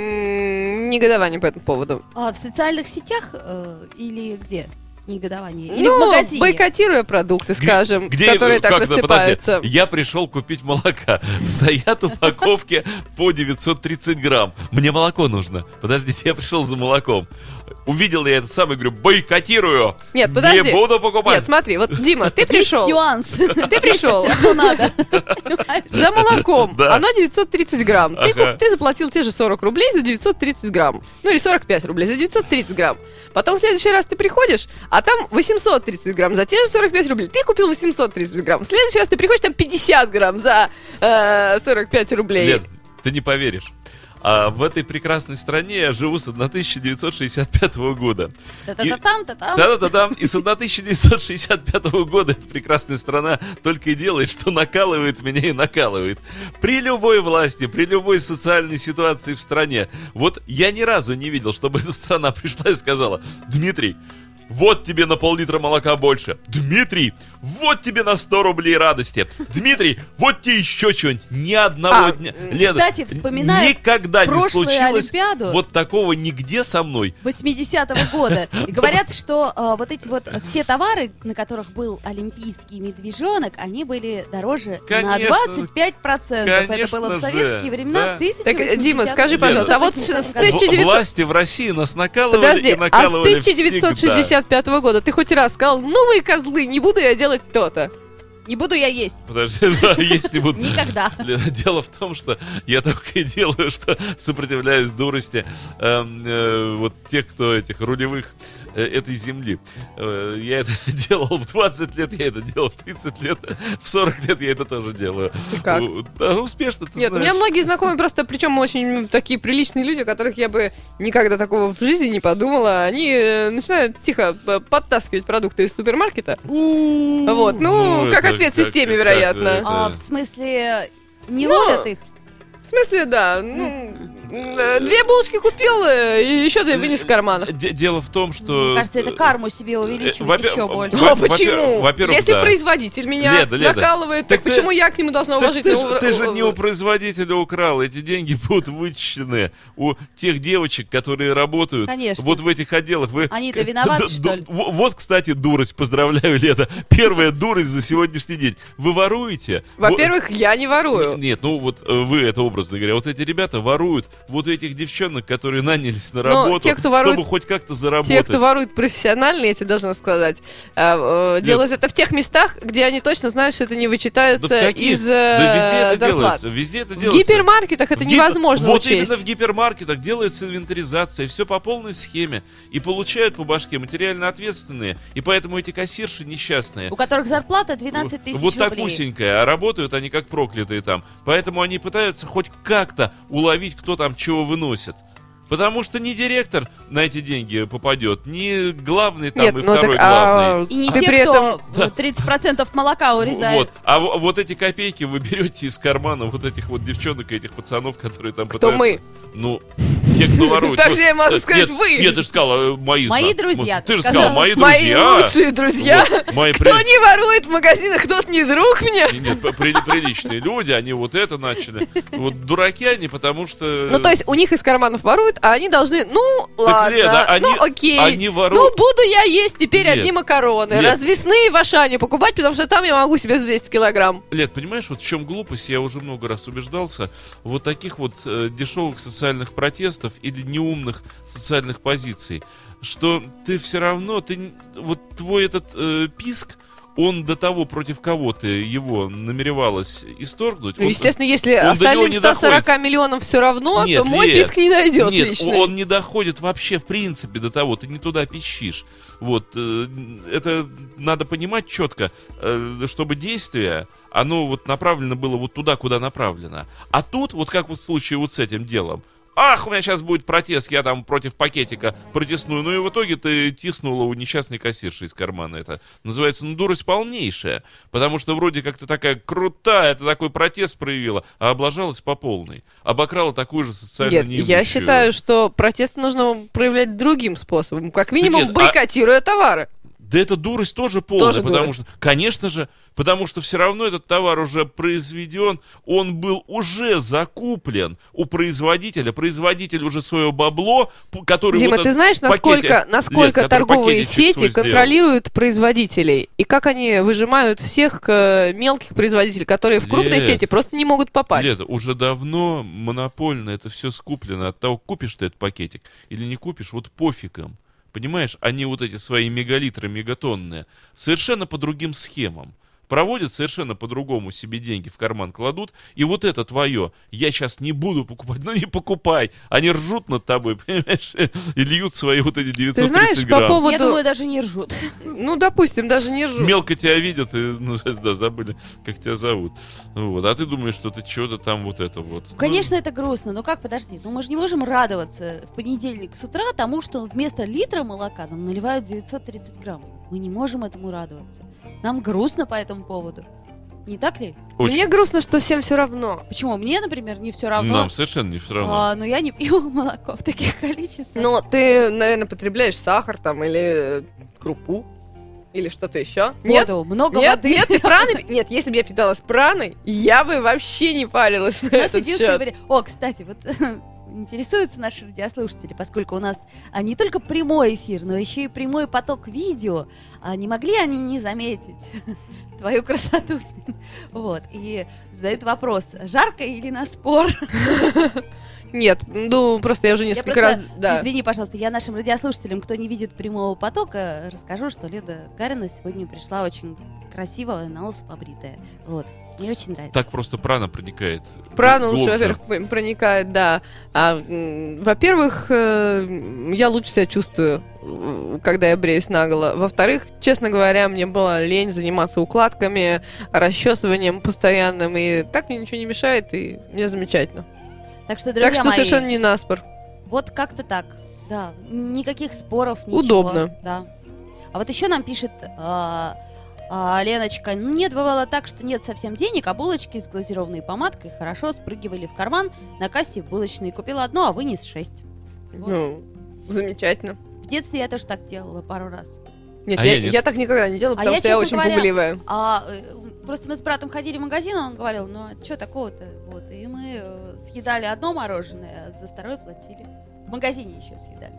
Speaker 5: м, негодование по этому поводу?
Speaker 4: А в социальных сетях э, или где? Негодование. Или
Speaker 5: ну,
Speaker 4: в магазине?
Speaker 5: бойкотируя продукты, скажем,
Speaker 3: Где-
Speaker 5: которые так
Speaker 3: как это?
Speaker 5: рассыпаются.
Speaker 3: Подожди. Я пришел купить молока. Стоят упаковки по девятьсот тридцать грамм. Мне молоко нужно. Подождите, я пришел за молоком. Увидел я этот самый, говорю, бойкотирую.
Speaker 5: Нет, подожди.
Speaker 3: Не буду покупать.
Speaker 5: Нет, смотри, вот, Дима, ты
Speaker 4: Есть
Speaker 5: пришел
Speaker 4: нюанс.
Speaker 5: Ты пришел.
Speaker 4: Все равно надо. Понимаешь?
Speaker 5: за молоком,
Speaker 3: Да.
Speaker 5: оно девятьсот тридцать грамм. Ты,
Speaker 3: Ага.
Speaker 5: куп- ты заплатил те же сорок рублей за девятьсот тридцать грамм. Ну или сорок пять рублей за девятьсот тридцать грамм. Потом в следующий раз ты приходишь, а там восемьсот тридцать грамм за те же сорок пять рублей. Ты купил восемьсот тридцать грамм. В следующий раз ты приходишь, там пятьдесят грамм за э, сорок пять рублей.
Speaker 3: Лен, ты не поверишь. А в этой прекрасной стране я живу с тысяча девятьсот шестьдесят пятого года.
Speaker 4: Та-та-та-там, та-там.
Speaker 3: Да-да-да, и с тысяча девятьсот шестьдесят пятого года эта прекрасная страна только и делает, что накалывает меня и накалывает. При любой власти, при любой социальной ситуации в стране. Вот я ни разу не видел, чтобы эта страна пришла и сказала: Дмитрий, вот тебе на пол-литра молока больше. Дмитрий, вот тебе на сто рублей радости. Дмитрий, вот тебе еще что-нибудь. Ни одного
Speaker 5: А,
Speaker 3: дня. Лена,
Speaker 4: кстати, вспоминаю
Speaker 3: никогда не
Speaker 4: прошлую
Speaker 3: случилось
Speaker 4: Олимпиаду.
Speaker 3: вот такого нигде со мной.
Speaker 4: восьмидесятого года. И говорят, что э, вот эти вот все товары, на которых был олимпийский медвежонок, они были дороже на
Speaker 3: Конечно.
Speaker 4: двадцать пять процентов. Это
Speaker 3: Конечно
Speaker 4: было в
Speaker 3: же,
Speaker 4: советские времена,
Speaker 3: да.
Speaker 4: в тысяча
Speaker 5: Так,
Speaker 4: восьмидесятом
Speaker 5: Дима, скажи,
Speaker 3: Лена,
Speaker 5: пожалуйста, а вот с
Speaker 4: восьмидесятом
Speaker 5: с
Speaker 4: году.
Speaker 5: тысяча девятьсот
Speaker 3: Власти в России нас накалывали
Speaker 5: Подожди,
Speaker 3: и
Speaker 5: а с
Speaker 3: накалывали
Speaker 5: тысяча девятьсот
Speaker 3: всегда.
Speaker 5: шестьдесят пятого года ты хоть раз сказал: ну вы козлы, не буду я делать то-то.
Speaker 4: Не буду я есть.
Speaker 3: Подожди, да, есть не буду.
Speaker 4: Никогда.
Speaker 3: Лена, дело в том, что я только и делаю, что сопротивляюсь дурости эм, э, вот тех, кто этих рулевых э, этой земли. Э, я это делал в двадцать лет, я это делал в тридцать лет, в сорок лет я это тоже делаю.
Speaker 5: И как?
Speaker 3: У- Да, успешно, ты
Speaker 5: Нет, у
Speaker 3: знаешь.
Speaker 5: меня многие знакомые просто, причем очень такие приличные люди, о которых я бы никогда такого в жизни не подумала. Они э, начинают тихо э, подтаскивать продукты из супермаркета. Вот, ну, как
Speaker 3: это
Speaker 5: ответ системе, вероятно.
Speaker 3: это-
Speaker 4: А, в смысле, не
Speaker 5: Ну,
Speaker 4: ловят их?
Speaker 5: В смысле, да. Ну, э, две булочки купил э, и еще две вынес в карман.
Speaker 3: Де- Дело в том, что...
Speaker 4: Мне кажется, это карму себе
Speaker 3: э,
Speaker 4: увеличивает
Speaker 3: во-пе-
Speaker 4: еще больше.
Speaker 3: во-
Speaker 5: А
Speaker 3: во-
Speaker 5: почему?
Speaker 3: Во-первых,
Speaker 5: Если
Speaker 3: да.
Speaker 5: производитель меня
Speaker 3: Леда, Леда,
Speaker 5: накалывает, так,
Speaker 3: так ты-
Speaker 5: почему я к нему должна
Speaker 3: Так
Speaker 5: уважительно
Speaker 3: ты, же,
Speaker 5: ув-
Speaker 3: ты же
Speaker 5: ув-
Speaker 3: не у производителя украл. Эти деньги будут вычищены у тех девочек, которые работают
Speaker 4: Конечно.
Speaker 3: вот в этих отделах. Вы...
Speaker 4: Они-то виноваты,
Speaker 3: Д- д-
Speaker 4: что ли?
Speaker 3: в- Вот, кстати, дурость. Поздравляю, Леда. Первая дурость за сегодняшний день. Вы воруете?
Speaker 5: Во-первых, я не
Speaker 3: Во-
Speaker 5: ворую.
Speaker 3: Нет, ну вот э, вы, это образно говоря, вот эти ребята воруют вот этих девчонок, которые нанялись на
Speaker 5: Но
Speaker 3: работу,
Speaker 5: те, кто ворует-
Speaker 3: чтобы хоть как-то заработать.
Speaker 5: Те, кто ворует профессионально, я тебе должна сказать, э, э, делают это в тех местах, где они точно знают, что это не
Speaker 3: Да в
Speaker 5: вычитаются
Speaker 3: каких?
Speaker 5: из
Speaker 3: Да везде
Speaker 5: э,
Speaker 3: это
Speaker 5: зарплат.
Speaker 3: делается. Везде это
Speaker 5: В
Speaker 3: делается.
Speaker 5: гипермаркетах это
Speaker 3: В гипер-
Speaker 5: невозможно
Speaker 3: Вот
Speaker 5: учесть.
Speaker 3: именно в гипермаркетах делается инвентаризация, все по полной схеме. И получают по башке материально ответственные. И поэтому эти кассирши несчастные.
Speaker 4: У которых зарплата двенадцать тысяч
Speaker 3: Вот так
Speaker 4: рублей.
Speaker 3: усенькая, а работают они как проклятые там. Поэтому они пытаются хоть как-то уловить, кто там чего выносит. Потому что ни директор на эти деньги попадет, ни главный там
Speaker 5: Нет,
Speaker 3: и
Speaker 5: ну
Speaker 3: второй
Speaker 5: так, а,
Speaker 3: главный.
Speaker 4: И не
Speaker 5: ты
Speaker 4: те,
Speaker 5: при
Speaker 4: кто
Speaker 5: этом-
Speaker 4: э, тридцать процентов молока урезает.
Speaker 3: Вот. А в- вот эти копейки вы берете из кармана вот этих вот девчонок и этих пацанов, которые там
Speaker 5: Кто
Speaker 3: пытаются...
Speaker 5: мы?
Speaker 3: Ну, те, кто ворует.
Speaker 5: Так
Speaker 3: Ну,
Speaker 5: же я могу
Speaker 3: э,
Speaker 5: сказать,
Speaker 3: нет,
Speaker 5: вы.
Speaker 3: Нет, ты же сказала, э, мои
Speaker 4: Мои
Speaker 3: зна-
Speaker 4: друзья,
Speaker 3: Ты же
Speaker 4: ты
Speaker 3: сказала,
Speaker 4: сказала.
Speaker 3: мои
Speaker 5: Мои
Speaker 3: друзья.
Speaker 5: лучшие друзья.
Speaker 3: Вот, мои
Speaker 5: Кто
Speaker 3: при-
Speaker 5: не ворует в магазинах, тот не друг мне.
Speaker 3: Нет, п- при- приличные люди, они вот это начали. Вот дураки они, потому что...
Speaker 5: Ну, то есть у них из карманов воруют, а они должны, ну,
Speaker 3: Так,
Speaker 5: ладно,
Speaker 3: Лена, они-
Speaker 5: ну, окей.
Speaker 3: они воруют-
Speaker 5: Ну, буду я есть теперь
Speaker 3: Нет.
Speaker 5: одни макароны.
Speaker 3: Нет.
Speaker 5: Развесные в Ашане покупать, потому что там я могу себе за двести килограмм.
Speaker 3: Лет, понимаешь, вот в чем глупость, я уже много раз убеждался, вот таких вот э, дешевых социальных протестов или неумных социальных позиций, что ты все равно, ты, н- вот твой этот э, писк, он до того, против кого ты его намеревалась исторгнуть.
Speaker 5: Ну,
Speaker 3: он-
Speaker 5: естественно, если
Speaker 3: он до него
Speaker 5: остальным
Speaker 3: не
Speaker 5: ста сорока
Speaker 3: доходит.
Speaker 5: миллионам все равно,
Speaker 3: Нет,
Speaker 5: то мой
Speaker 3: Лет,
Speaker 5: писк не найдет
Speaker 3: Нет,
Speaker 5: личный.
Speaker 3: он не доходит вообще в принципе до того, ты не туда пищишь. Вот, э, это надо понимать четко, э, чтобы действие, оно вот направлено было вот туда, куда направлено. А тут, вот как вот в случае вот с этим делом, ах, у меня сейчас будет протест, я там против пакетика протестную. Ну и в итоге ты тиснула у несчастной кассирши из кармана. Это называется, ну, дурость полнейшая. Потому что вроде как ты такая крутая, ты такой протест проявила, а облажалась по полной. Обокрала такую же социально
Speaker 5: Нет,
Speaker 3: неимущую.
Speaker 5: я считаю, что протест нужно проявлять другим способом. Как минимум,
Speaker 3: нет, а-
Speaker 5: бойкотируя товары.
Speaker 3: Да эта дурость тоже полная,
Speaker 5: Тоже
Speaker 3: потому
Speaker 5: дурость.
Speaker 3: что, конечно же, потому что все равно этот товар уже произведен, он был уже закуплен у производителя, производитель уже свое бабло, п- который
Speaker 5: Дима,
Speaker 3: вот
Speaker 5: ты
Speaker 3: этот
Speaker 5: знаешь, насколько,
Speaker 3: пакетик-
Speaker 5: насколько
Speaker 3: нет, который
Speaker 5: торговые
Speaker 3: пакетичек свой
Speaker 5: сети
Speaker 3: сделал.
Speaker 5: контролируют производителей? И как они выжимают всех э, мелких производителей, которые в крупные
Speaker 3: Лет.
Speaker 5: сети просто не могут попасть?
Speaker 3: Лето, уже давно монопольно это все скуплено. От того, купишь ты этот пакетик или не купишь, вот пофиг им. Понимаешь, они вот эти свои мегалитры, мегатонные, совершенно по другим схемам. Проводят совершенно по-другому, себе деньги в карман кладут, и вот это твое, я сейчас не буду покупать, ну не покупай. Они ржут над тобой, понимаешь, и льют свои вот эти
Speaker 5: Ты
Speaker 3: девятьсот
Speaker 5: знаешь,
Speaker 3: тридцать
Speaker 5: по
Speaker 3: грамм.
Speaker 5: поводу...
Speaker 4: Я думаю, даже не ржут.
Speaker 5: Ну, допустим, даже не ржут.
Speaker 3: Мелко тебя видят и, ну, да, забыли, как тебя зовут. Вот. А ты думаешь, что ты что-то там вот это вот. Ну,
Speaker 4: Конечно, это грустно, но как, подожди, ну мы же не можем радоваться в понедельник с утра тому, что вместо литра молока нам наливают девятьсот тридцать грамм. Мы не можем этому радоваться. Нам грустно по этому поводу. Не так ли?
Speaker 3: очень.
Speaker 5: Мне грустно, что всем все равно.
Speaker 4: Почему? Мне, например, не все равно.
Speaker 3: Нам совершенно не все равно.
Speaker 4: А, но я не пью молоко в таких количествах.
Speaker 5: Но ты, наверное, потребляешь сахар там или э, крупу. Или что-то еще. Нет?
Speaker 4: Воду, много
Speaker 5: Нет,
Speaker 4: воды.
Speaker 5: нет, ты праной... пи- Нет, если бы я питалась праной, я бы вообще не парилась на
Speaker 4: У нас
Speaker 5: этот
Speaker 4: единственный
Speaker 5: счет.
Speaker 4: вариант- О, кстати, вот интересуются наши радиослушатели, поскольку у нас а, не только прямой эфир, но еще и прямой поток видео. А не могли они не заметить твою красоту? Вот. И задают вопрос, жарко или на спор?
Speaker 5: Нет, ну просто я уже
Speaker 4: Я
Speaker 5: несколько
Speaker 4: просто-
Speaker 5: раз... Да.
Speaker 4: Извини, пожалуйста, я нашим радиослушателям, кто не видит прямого потока, расскажу, что Леда Гарина сегодня пришла очень красивая, на лысо побритая. Вот. Мне очень нравится.
Speaker 3: Так просто прана проникает.
Speaker 5: Прана лучше,
Speaker 3: глубже.
Speaker 5: во-первых, п- проникает, да. А, м, во-первых, э, я лучше себя чувствую, э, когда я бреюсь наголо. Во-вторых, честно говоря, мне было лень заниматься укладками, расчесыванием постоянным, и так мне ничего не мешает, и мне замечательно.
Speaker 4: Так что, друзья
Speaker 5: так что
Speaker 4: мои,
Speaker 5: совершенно не наспор.
Speaker 4: вот как-то так. Да, никаких споров, ничего.
Speaker 5: Удобно.
Speaker 4: Да. А вот еще нам пишет а, а, Леночка, нет, бывало так, что нет совсем денег, а булочки с глазированной помадкой хорошо спрыгивали в карман на кассе в булочной. Купила одну, а вынес шесть. Вот.
Speaker 5: Ну, замечательно.
Speaker 4: В детстве я тоже так делала пару раз.
Speaker 5: Нет,
Speaker 3: А
Speaker 5: я,
Speaker 3: я нет.
Speaker 5: я так никогда не делала,
Speaker 4: А
Speaker 5: потому
Speaker 4: я,
Speaker 5: что я
Speaker 4: честно
Speaker 5: очень
Speaker 4: говоря,
Speaker 5: пугливая.
Speaker 4: А э, просто мы с братом ходили в магазин, он говорил, ну а что такого-то? Вот, и мы э, съедали одно мороженое, а за второе платили. В магазине еще съедали.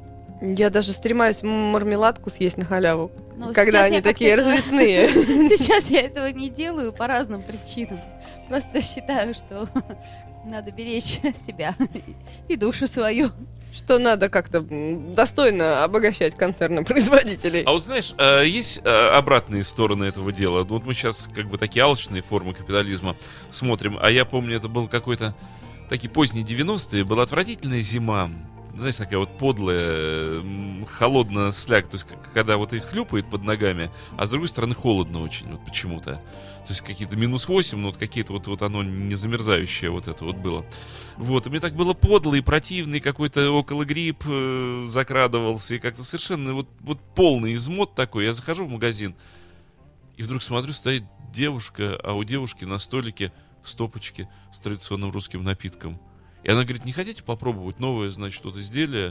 Speaker 5: Я даже стремаюсь мармеладку съесть на халяву,
Speaker 4: Но
Speaker 5: когда
Speaker 4: сейчас
Speaker 5: они
Speaker 4: я
Speaker 5: такие
Speaker 4: как-то-
Speaker 5: развесные.
Speaker 4: Сейчас я этого не делаю по разным причинам. Просто считаю, что надо беречь себя и душу свою.
Speaker 5: Что надо как-то м, достойно обогащать концерны производителей.
Speaker 3: А вот знаешь, э, есть э, обратные стороны этого дела. Вот мы сейчас как бы такие алчные формы капитализма смотрим. А я помню, это был какой-то такие поздние девяностые, была отвратительная зима. Знаешь, такая вот подлая, м, холодная сляг. То есть, к- когда вот и хлюпает под ногами, а с другой стороны холодно очень, вот почему-то. То есть, какие-то минус восемь, ну, вот какие-то вот, вот оно не замерзающее вот это вот было. Вот, и мне так было подло и противно, и какой-то около грипп э, закрадывался, и как-то совершенно вот, вот полный измот такой. Я захожу в магазин, и вдруг смотрю, стоит девушка, а у девушки на столике стопочки с традиционным русским напитком. И она говорит, не хотите попробовать новое, значит, вот изделие?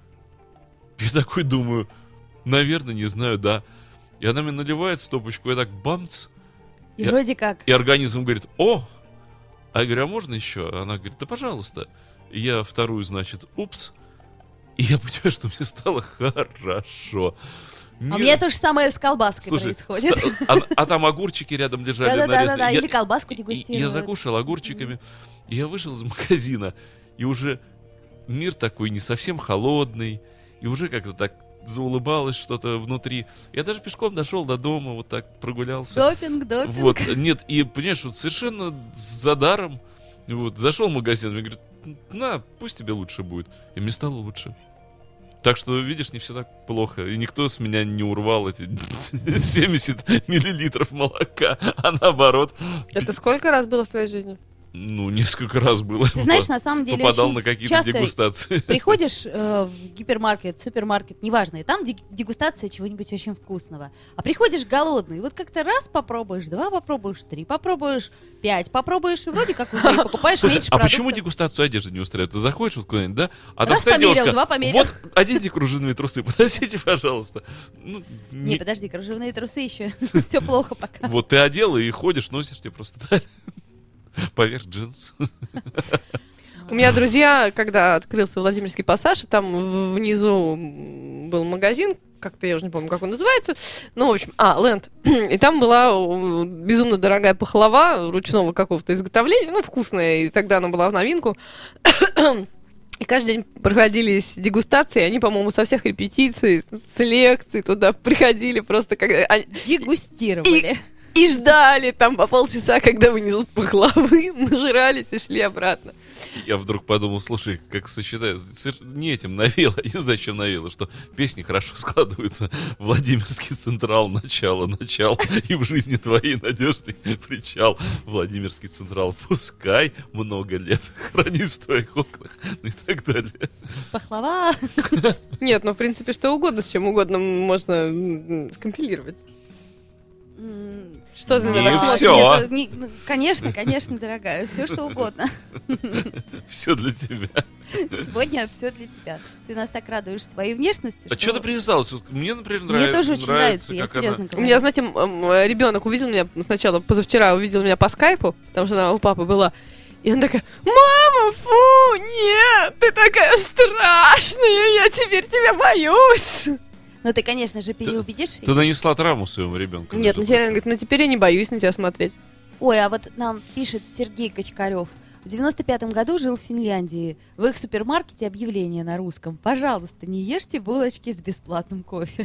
Speaker 3: Я такой думаю, наверное, не знаю, да. И она мне наливает стопочку, я так бамц,
Speaker 4: И
Speaker 3: Я-
Speaker 4: вроде как.
Speaker 3: и организм говорит, о! А я говорю, а можно еще? Она говорит, да пожалуйста. И я вторую, значит, упс. И я понимаю, что мне стало хорошо.
Speaker 4: А
Speaker 3: Мир-
Speaker 4: у меня то же самое с колбаской
Speaker 3: Слушай,
Speaker 4: происходит.
Speaker 3: ста- а, а там огурчики рядом лежали
Speaker 4: Да-да-да,
Speaker 3: нарезанные.
Speaker 4: или
Speaker 3: Я-
Speaker 4: колбаску
Speaker 3: и- и-
Speaker 4: дегустируют.
Speaker 3: Я закушал огурчиками, и я вышел из магазина, и уже мир такой не совсем холодный, и уже как-то так заулыбалось что-то внутри. Я даже пешком дошел до дома, вот так прогулялся.
Speaker 4: Допинг, допинг.
Speaker 3: Вот, нет, и, понимаешь, вот совершенно за даром, вот, зашел в магазин, мне говорят, на, пусть тебе лучше будет. И мне стало лучше. Так что, видишь, не все так плохо. И никто с меня не урвал эти семьдесят миллилитров молока, а наоборот.
Speaker 5: Это сколько раз было в твоей жизни?
Speaker 3: Ну, несколько раз было.
Speaker 4: Ты знаешь, на самом деле
Speaker 3: Попадал
Speaker 4: очень
Speaker 3: на какие-то
Speaker 4: часто
Speaker 3: дегустации.
Speaker 4: приходишь э, в гипермаркет, супермаркет, неважно, и там дег- дегустация чего-нибудь очень вкусного. А приходишь голодный, и вот как-то раз попробуешь, два попробуешь, три попробуешь, пять попробуешь, и вроде как уже и покупаешь
Speaker 3: Слушай,
Speaker 4: меньше
Speaker 3: а
Speaker 4: продуктов.
Speaker 3: почему дегустацию одежды не устраивает? Ты заходишь вот куда-нибудь, да? А там
Speaker 4: Раз
Speaker 3: стоит
Speaker 4: померил,
Speaker 3: девушка,
Speaker 4: два померил.
Speaker 3: вот, оденьте кружевные трусы, подносите, пожалуйста. Ну,
Speaker 4: Не,
Speaker 3: не-
Speaker 4: подожди, кружевные трусы еще, все плохо пока.
Speaker 3: Вот ты одела и ходишь, носишь тебе просто дали. Поверх джинс.
Speaker 5: У меня друзья, когда открылся Владимирский пассаж, и там в- внизу был магазин, как-то я уже не помню, как он называется, ну, в общем, а, Ленд, и там была о, безумно дорогая пахлава ручного какого-то изготовления, ну, вкусная, и тогда она была в новинку. И каждый день проходились дегустации, они, по-моему, со всех репетиций, с лекций туда приходили просто, когда... они-
Speaker 4: Дегустировали.
Speaker 5: И ждали там по полчаса, когда вынесут пахлавы, нажирались и шли обратно.
Speaker 3: Я вдруг подумал, слушай, как сочетается, не этим навело, не знаю, чем навело, что песни хорошо складываются. Владимирский Централ, начало, начало, и в жизни твоей надежный причал. Владимирский Централ, пускай много лет хранит в твоих окнах, ну и так далее.
Speaker 4: Пахлава.
Speaker 5: Нет, ну, в принципе, что угодно, с чем угодно можно м, скомпилировать.
Speaker 4: М,
Speaker 5: Что за
Speaker 3: Не
Speaker 5: вот,
Speaker 3: всё.
Speaker 4: нет, не- ну, конечно, конечно, дорогая, все что угодно.
Speaker 3: Все для тебя.
Speaker 4: Сегодня все для тебя. Ты нас так радуешь своей внешностью.
Speaker 3: А что ты привязалась? Вот мне, например,
Speaker 4: Мне
Speaker 3: нравится.
Speaker 4: тоже очень нравится, я
Speaker 3: как она-
Speaker 4: серьезно
Speaker 5: У
Speaker 4: говорю.
Speaker 5: меня, знаете, ребенок увидел меня сначала, позавчера увидел меня по скайпу, потому что она у папы была. И она такая: мама, фу, нет, ты такая страшная, я теперь тебя боюсь.
Speaker 4: Ну ты, конечно же, переубедишь.
Speaker 3: Ты нанесла травму своему ребенку.
Speaker 5: Нет, ну
Speaker 3: между
Speaker 5: теперь она
Speaker 3: прочим.
Speaker 5: говорит, ну теперь я не боюсь на тебя смотреть.
Speaker 4: Ой, а вот нам пишет Сергей Качкарев. В девяносто пятом году жил в Финляндии. В их супермаркете объявление на русском: пожалуйста, не ешьте булочки с бесплатным кофе.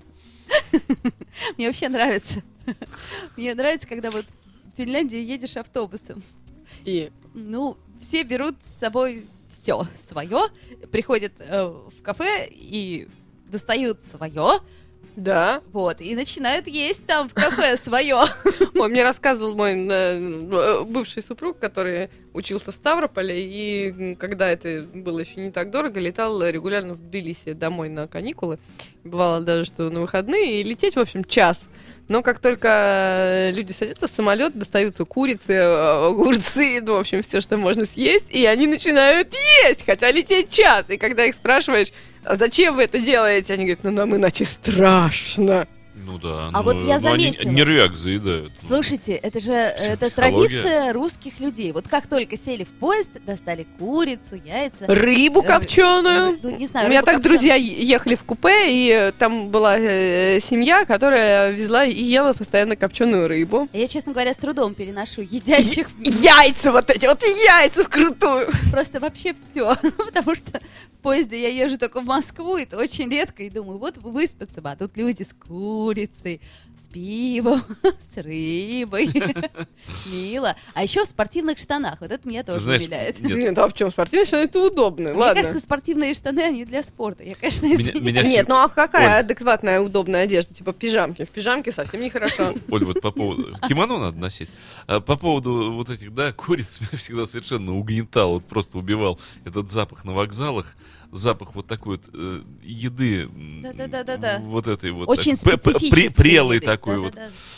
Speaker 4: Мне вообще нравится. Мне нравится, когда вот в Финляндию едешь автобусом.
Speaker 5: И
Speaker 4: Ну, все берут с собой все свое, приходят э, в кафе и достают свое,
Speaker 5: да.
Speaker 4: вот, и начинают есть там в кафе свое.
Speaker 5: Ой, мне рассказывал мой э, бывший супруг, который учился в Ставрополе, и м, когда это было еще не так дорого, летал регулярно в Тбилиси домой на каникулы. Бывало даже, что на выходные, и лететь, в общем, час. Но как только люди садятся в самолет, достаются курицы, э, огурцы, ну, в общем, все, что можно съесть, и они начинают есть, хотя лететь час. И когда их спрашиваешь, а зачем вы это делаете, они говорят, ну, нам иначе страшно.
Speaker 3: Ну да.
Speaker 4: А
Speaker 3: ну,
Speaker 4: вот я
Speaker 3: ну, они
Speaker 4: заметила.
Speaker 3: нервяк заедают.
Speaker 4: Слушайте, это же это
Speaker 3: Психология.
Speaker 4: традиция русских людей. Вот как только сели в поезд, достали курицу, яйца.
Speaker 5: Рыбу
Speaker 4: Э,
Speaker 5: копченую.
Speaker 4: Ну, не знаю,
Speaker 5: У меня
Speaker 4: рыбу
Speaker 5: так
Speaker 4: копченую.
Speaker 5: друзья е- ехали в купе, и э, там была э, семья, которая везла и ела постоянно копченую рыбу.
Speaker 4: Я, честно говоря, с трудом переношу едящих
Speaker 5: Яйца вот эти, вот яйца вкрутую.
Speaker 4: просто вообще все. Потому что в поезде я езжу только в Москву, это очень редко, и думаю, вот выспаться бы, а тут люди с курицей, с пивом, с рыбой. Мило. А еще в спортивных штанах. Вот это меня тоже
Speaker 3: знаешь,
Speaker 4: умиляет.
Speaker 3: нет.
Speaker 5: Нет, а в чем спортивный штаны? Это удобно.
Speaker 4: Мне
Speaker 5: Ладно.
Speaker 4: кажется, спортивные штаны, они для спорта. Я, конечно,
Speaker 3: Меня-
Speaker 4: извиняюсь.
Speaker 3: меня
Speaker 5: Нет,
Speaker 3: всегда-
Speaker 5: ну а какая
Speaker 3: Оль.
Speaker 5: адекватная, удобная одежда? Типа пижамки. В пижамке совсем нехорошо.
Speaker 3: Оль, вот по поводу... Кимоно надо носить. А по поводу вот этих, да, куриц меня всегда совершенно угнетал, вот просто убивал этот запах на вокзалах. Запах вот такой вот э, еды. м,
Speaker 4: Да-да-да-да-да.
Speaker 3: Вот этой вот.
Speaker 4: Очень
Speaker 3: так, п- п-
Speaker 4: специфический.
Speaker 3: пре- Прелый такой вот.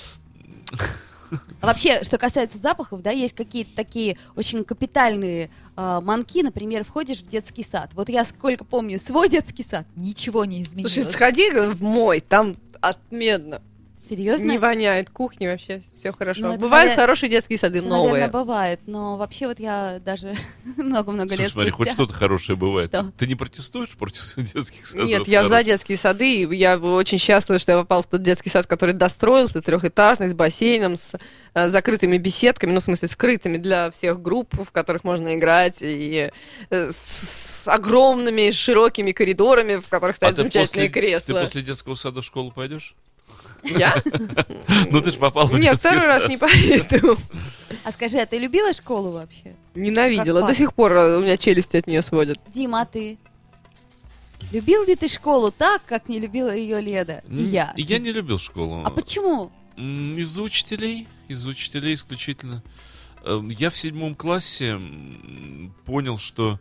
Speaker 4: А вообще, что касается запахов, да, есть какие-то такие очень капитальные э, манки. Например, входишь в детский сад. Вот я сколько помню свой детский сад, ничего не изменилось.
Speaker 5: Слушай, сходи в мой, там отменно.
Speaker 4: Серьезно?
Speaker 5: Не воняет, кухня вообще, все хорошо.
Speaker 4: Ну, это,
Speaker 5: Бывают
Speaker 4: наверное,
Speaker 5: хорошие детские сады,
Speaker 4: Это,
Speaker 5: новые.
Speaker 4: наверное, бывает, но вообще вот я даже много-много лет
Speaker 3: Слушай, смотри, хоть
Speaker 4: спустя-
Speaker 3: что-то хорошее бывает.
Speaker 4: Что?
Speaker 3: Ты не протестуешь против детских садов?
Speaker 5: Нет, я за
Speaker 3: хороших?
Speaker 5: детские сады, и я очень счастлива, что я попал в тот детский сад, который достроился, трехэтажный, с бассейном, с э, закрытыми беседками, ну, в смысле, скрытыми для всех групп, в которых можно играть, и э, с, с огромными широкими коридорами, в которых
Speaker 3: А
Speaker 5: стоят
Speaker 3: ты
Speaker 5: замечательные
Speaker 3: после,
Speaker 5: кресла.
Speaker 3: ты после детского сада в школу пойдешь?
Speaker 5: Я?
Speaker 3: Ну ты же попал в
Speaker 5: Нет,
Speaker 3: детский
Speaker 5: второй раз
Speaker 3: сад.
Speaker 5: не поеду.
Speaker 4: А скажи, а ты любила школу вообще?
Speaker 5: Ненавидела.
Speaker 4: Как
Speaker 5: До сих пор э, у меня челюсти от нее сводят.
Speaker 4: Дима, а ты? Любил ли ты школу так, как не любила ее Леда и
Speaker 3: М,
Speaker 4: я?
Speaker 3: Я не любил школу.
Speaker 4: А почему?
Speaker 3: М, Из-за учителей. Из-за учителей исключительно. Э, Я в седьмом классе м, понял, что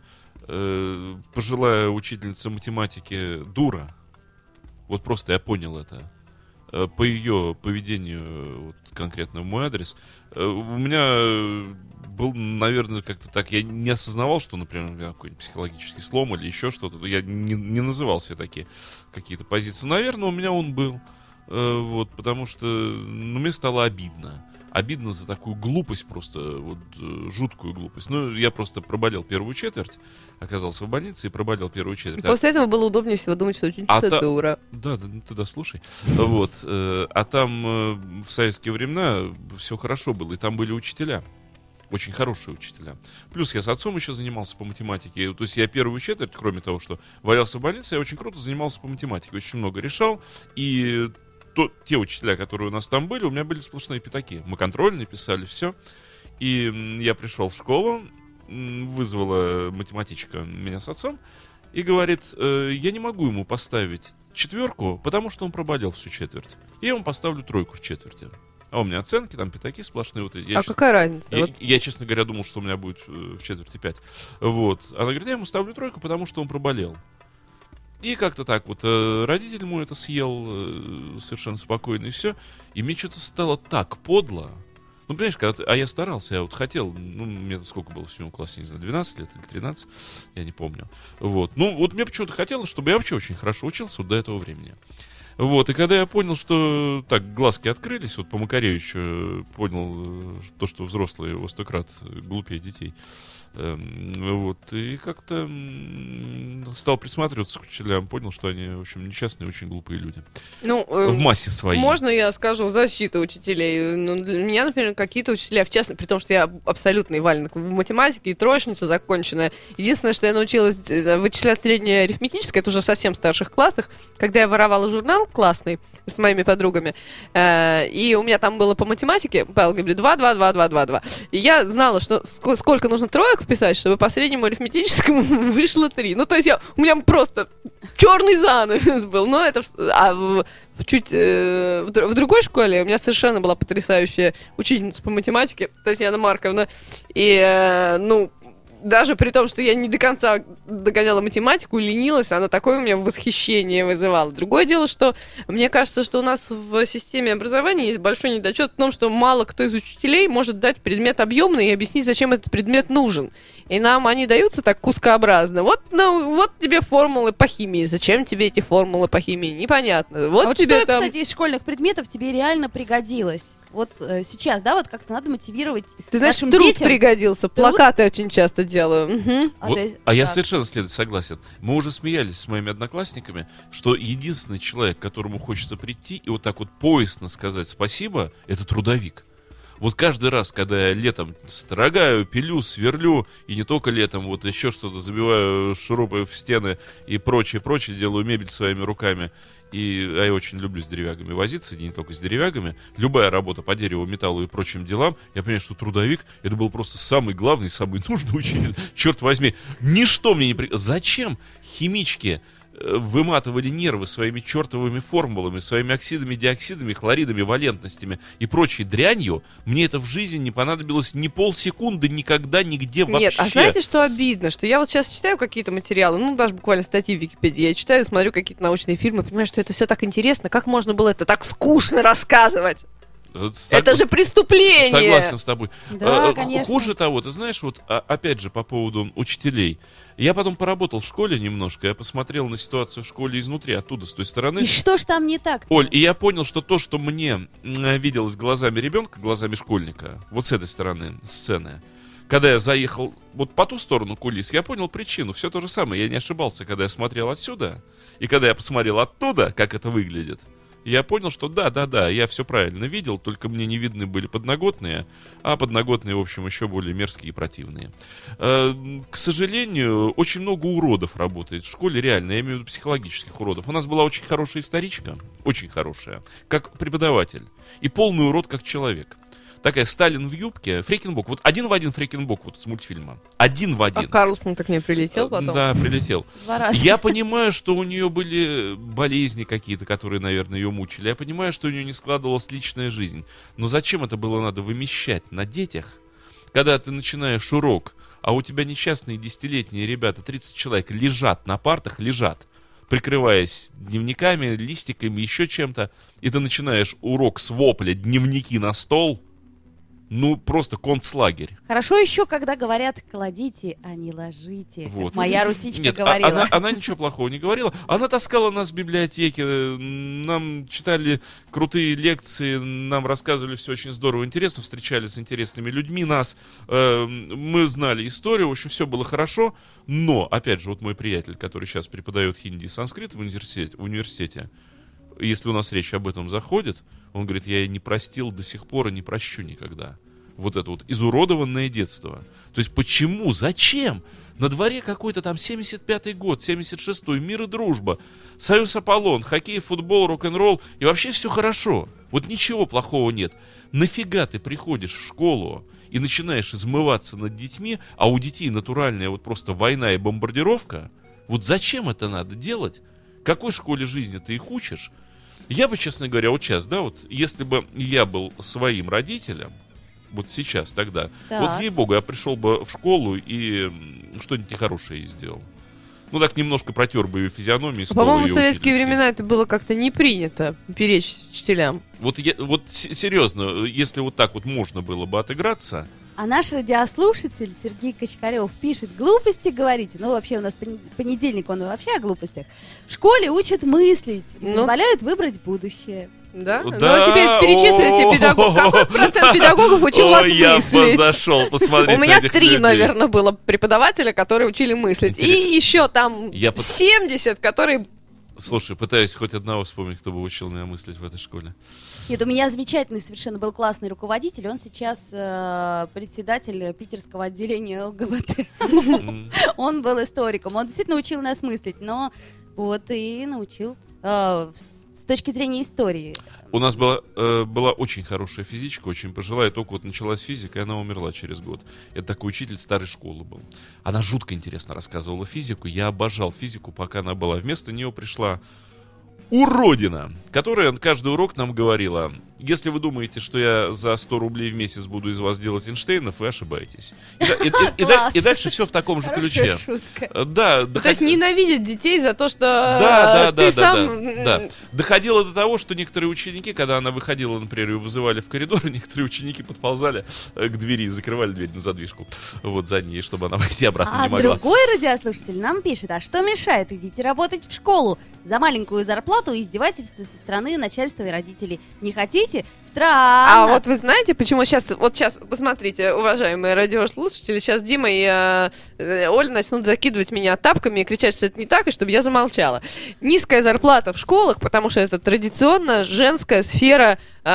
Speaker 3: э, пожилая учительница математики дура. Вот просто я понял это. Э, По ее поведению, э, вот, конкретно в мой адрес, э, у меня э, был, наверное, как-то так. Я не осознавал, что, например, у меня какой-нибудь психологический слом или еще что-то. Я не, не называл себе такие какие-то позиции. Наверное, у меня он был. Э, Вот, потому что, ну, мне стало обидно. Обидно за такую глупость просто, вот, э, жуткую глупость. Ну, я просто проболел первую четверть, оказался в больнице и проболел первую четверть.
Speaker 5: И после этого было удобнее всего думать, что ученица
Speaker 3: А та-
Speaker 5: дура.
Speaker 3: Да, да, ну ты дослушай. Вот. э, А там э, в советские времена все хорошо было, и там были учителя. Очень хорошие учителя. Плюс я с отцом еще занимался по математике. То есть я первую четверть, кроме того, что валялся в больнице, я очень круто занимался по математике. Очень много решал. И то, те учителя, которые у нас там были, у меня были сплошные пятаки. Мы контрольные писали, все. И м, я пришел в школу, м, вызвала математичка меня с отцом и говорит, э, я не могу ему поставить четверку, потому что он проболел всю четверть. И я ему поставлю тройку в четверти. А у меня оценки, там пятаки сплошные. Вот, я,
Speaker 5: А
Speaker 3: щас-
Speaker 5: какая разница?
Speaker 3: я,
Speaker 5: Вот.
Speaker 3: я, честно говоря, думал, что у меня будет э, в четверти пять. Вот. Она говорит, я ему ставлю тройку, потому что он проболел. И как-то так вот э, родитель мой это съел э, совершенно спокойно, и все. И мне что-то стало так подло. Ну, понимаешь, когда ты- а я старался, я вот хотел, ну, мне сколько было в седьмом классе, не знаю, двенадцать лет или тринадцать, я не помню. Вот. Ну, вот мне почему-то хотелось, чтобы я вообще очень хорошо учился вот до этого времени. Вот, и когда я понял, что так, глазки открылись, вот по Макаревичу э, понял э, то, что взрослые во сто крат глупее детей. Эм, Вот, и как-то м, стал присматриваться к учителям, понял, что они, в общем, несчастные, очень глупые люди.
Speaker 5: Ну, э,
Speaker 3: В массе своей.
Speaker 5: Можно я скажу защиту учителей? Ну, для меня, например, какие-то учителя, в частности, при том, что я абсолютный валенок в математике и троечница законченная. Единственное, что я научилась э, вычислять среднее арифметическое, это уже в совсем старших классах, когда я воровала журнал классный с моими подругами, э, и у меня там было по математике, Павел говорит, два, два, два, два, два, два. И я знала, что ск- сколько нужно троек вписать, чтобы по среднему арифметическому вышло три. Ну, то есть я, у меня просто черный занавес был. Но это... в- А в, в чуть... э, в, др- в другой школе у меня совершенно была потрясающая учительница по математике, Татьяна Марковна. И, э, ну, даже при том, что я не до конца догоняла математику, ленилась, она такое у меня восхищение вызывала. Другое дело, что мне кажется, что у нас в системе образования есть большой недочет в том, что мало кто из учителей может дать предмет объемный и объяснить, зачем этот предмет нужен. И нам они даются так кускообразно. Вот, ну, вот тебе формулы по химии. Зачем тебе эти формулы по химии? Непонятно. Вот
Speaker 4: А вот
Speaker 5: тебе
Speaker 4: что,
Speaker 5: там...
Speaker 4: кстати, из школьных предметов тебе реально пригодилось? Вот э, сейчас, да, вот как-то надо мотивировать
Speaker 5: Ты знаешь,
Speaker 4: нашим
Speaker 5: труд
Speaker 4: детям.
Speaker 5: пригодился. Плакаты очень часто делаю. Мгм.
Speaker 4: А,
Speaker 3: Вот,
Speaker 4: то есть-
Speaker 3: а я
Speaker 4: так.
Speaker 3: совершенно следует согласен. Мы уже смеялись с моими одноклассниками, что единственный человек, к которому хочется прийти и вот так вот поясно сказать спасибо, это трудовик. Вот каждый раз, когда я летом строгаю, пилю, сверлю, и не только летом, вот еще что-то, забиваю шурупы в стены и прочее, прочее, делаю мебель своими руками, и а я очень люблю с деревягами возиться, не только с деревягами, любая работа по дереву, металлу и прочим делам, я понимаю, что трудовик, это был просто самый главный, самый нужный учитель, черт возьми, ничто мне не... При... Зачем химички э, выматывали нервы своими чертовыми формулами, своими оксидами, диоксидами, хлоридами, валентностями и прочей дрянью? Мне это в жизни не понадобилось ни полсекунды, никогда, нигде вообще.
Speaker 5: Нет, а знаете, что обидно? Что я вот сейчас читаю какие-то материалы, ну, даже буквально статьи в Википедии, я читаю, смотрю какие-то научные фильмы, понимаю, что это все так интересно, как можно было это так скучно рассказывать?
Speaker 3: Вот с-
Speaker 5: Это
Speaker 3: вот
Speaker 5: же преступление!
Speaker 3: Согласен с тобой.
Speaker 4: Да,
Speaker 3: Э,
Speaker 4: конечно.
Speaker 3: Хуже того, ты знаешь, вот а, опять же по поводу учителей. Я потом поработал в школе немножко, я посмотрел на ситуацию в школе изнутри, оттуда, с той стороны.
Speaker 4: И что ж там не так?
Speaker 3: Оль, и я понял, что то, что мне м, виделось глазами ребенка, глазами школьника, вот с этой стороны сцены, когда я заехал вот по ту сторону кулис, я понял причину. Все то же самое. Я не ошибался, когда я смотрел отсюда, и когда я посмотрел оттуда, как это выглядит. Я понял, что да, да, да, я все правильно видел, только мне не видны были подноготные, а подноготные, в общем, еще более мерзкие и противные. Э, К сожалению, очень много уродов работает в школе, реально, я имею в виду психологических уродов. У нас была очень хорошая историчка, очень хорошая, как преподаватель, и полный урод как человек. Такая Сталин в юбке, Фрекенбок, вот один в один Фрекенбок вот с мультфильма, один в
Speaker 5: А
Speaker 3: один.
Speaker 5: Карлсон так не прилетел потом?
Speaker 3: Да, прилетел.
Speaker 4: Два раза.
Speaker 3: Я понимаю, что у нее были болезни какие-то, которые, наверное, ее мучили. Я понимаю, что у нее не складывалась личная жизнь. Но зачем это было надо вымещать на детях? когда ты начинаешь урок, а у тебя несчастные десятилетние ребята, тридцать человек, лежат на партах, лежат, прикрываясь дневниками, листиками, еще чем-то, и ты начинаешь урок с вопля «дневники на стол», ну, просто концлагерь.
Speaker 4: Хорошо еще, когда говорят «кладите, а не ложите»,
Speaker 3: Вот.
Speaker 4: как моя русичка
Speaker 3: Нет, а-
Speaker 4: говорила.
Speaker 3: она, она ничего плохого не говорила. Она таскала нас в библиотеке, нам читали крутые лекции, нам рассказывали все очень здорово, интересно, встречались с интересными людьми нас. Э, мы знали историю, в общем, все было хорошо. Но, опять же, вот мой приятель, который сейчас преподает хинди и санскрит в университете, в университете, если у нас речь об этом заходит, он говорит, я ей не простил до сих пор и не прощу никогда. Вот это вот изуродованное детство. То есть почему, зачем? На дворе какой-то там семьдесят пятый год, семьдесят шестой, мир и дружба, Союз Аполлон, хоккей, футбол, рок-н-ролл, и вообще все хорошо. Вот ничего плохого нет. Нафига ты приходишь в школу и начинаешь измываться над детьми, а у детей натуральная вот просто война и бомбардировка? Вот зачем это надо делать? В какой школе жизни ты их учишь? Я бы, честно говоря, вот сейчас, да, вот если бы я был своим родителем, вот сейчас, тогда,
Speaker 4: Так.
Speaker 3: вот ей-богу, я пришел бы в школу и м, что-нибудь нехорошее ей сделал. Ну так немножко протер бы ее физиономию.
Speaker 5: По-моему, в советские времена это было как-то не принято перечь учителям.
Speaker 3: Вот, я, вот с- серьезно, если вот так вот можно было бы отыграться,
Speaker 4: А наш радиослушатель Сергей Качкарев пишет: глупости говорите. Ну, вообще у нас пон- понедельник, он вообще о глупостях. В школе учат мыслить и
Speaker 5: Ну.
Speaker 4: позволяют выбрать будущее.
Speaker 5: Да?
Speaker 3: Да,
Speaker 5: Ну, а теперь перечислите
Speaker 3: о.
Speaker 5: педагогов. Какой процент педагогов учил вас
Speaker 3: ой, я
Speaker 5: мыслить?
Speaker 3: зашел посмотреть
Speaker 5: У меня
Speaker 3: на этих
Speaker 5: три,
Speaker 3: людей.
Speaker 5: наверное, было преподавателя, которые учили мыслить.
Speaker 3: Интерес-
Speaker 5: И еще там
Speaker 3: Я под-
Speaker 5: семьдесят, которые...
Speaker 3: Слушай, пытаюсь хоть одного вспомнить, кто бы учил меня мыслить в этой школе.
Speaker 4: Нет, у меня замечательный совершенно был классный руководитель. Он сейчас э, председатель питерского отделения ЛГБТ.
Speaker 3: М.
Speaker 4: Он был историком. Он действительно учил нас мыслить, но вот и научил э, с с точки зрения истории.
Speaker 3: У нас была, э, была очень хорошая физичка, очень пожилая, только вот началась физика, и она умерла через год. Это такой учитель старой школы был. Она жутко интересно рассказывала физику, я обожал физику, пока она была. Вместо нее пришла уродина, которая каждый урок нам говорила: если вы думаете, что я за сто рублей в месяц буду из вас делать Эйнштейнов, вы ошибаетесь. И, да- и- и- и да-
Speaker 4: Класс.
Speaker 3: и дальше все в таком же ключе.
Speaker 4: Хорошая шутка.
Speaker 3: Э, Да,
Speaker 5: Ну, то
Speaker 3: доход-
Speaker 5: есть ненавидят детей за то, что
Speaker 3: Да, да,
Speaker 5: ты
Speaker 3: да,
Speaker 5: сам...
Speaker 3: да, да, да. Доходило до того, что некоторые ученики, когда она выходила, например, ее вызывали в коридор, некоторые ученики подползали э, к двери и закрывали дверь на задвижку, вот за ней, чтобы она войти обратно
Speaker 4: А
Speaker 3: не могла.
Speaker 4: другой радиослушатель нам пишет: а что мешает? Идите работать в школу за маленькую зарплату и издевательства со стороны начальства и родителей. Не хотите? Странно.
Speaker 5: А вот вы знаете, почему сейчас, вот сейчас, посмотрите, уважаемые радиослушатели, сейчас Дима и э, э, Оля начнут закидывать меня тапками и кричать, что это не так, и чтобы я замолчала. Низкая зарплата в школах, потому что это традиционно женская сфера э,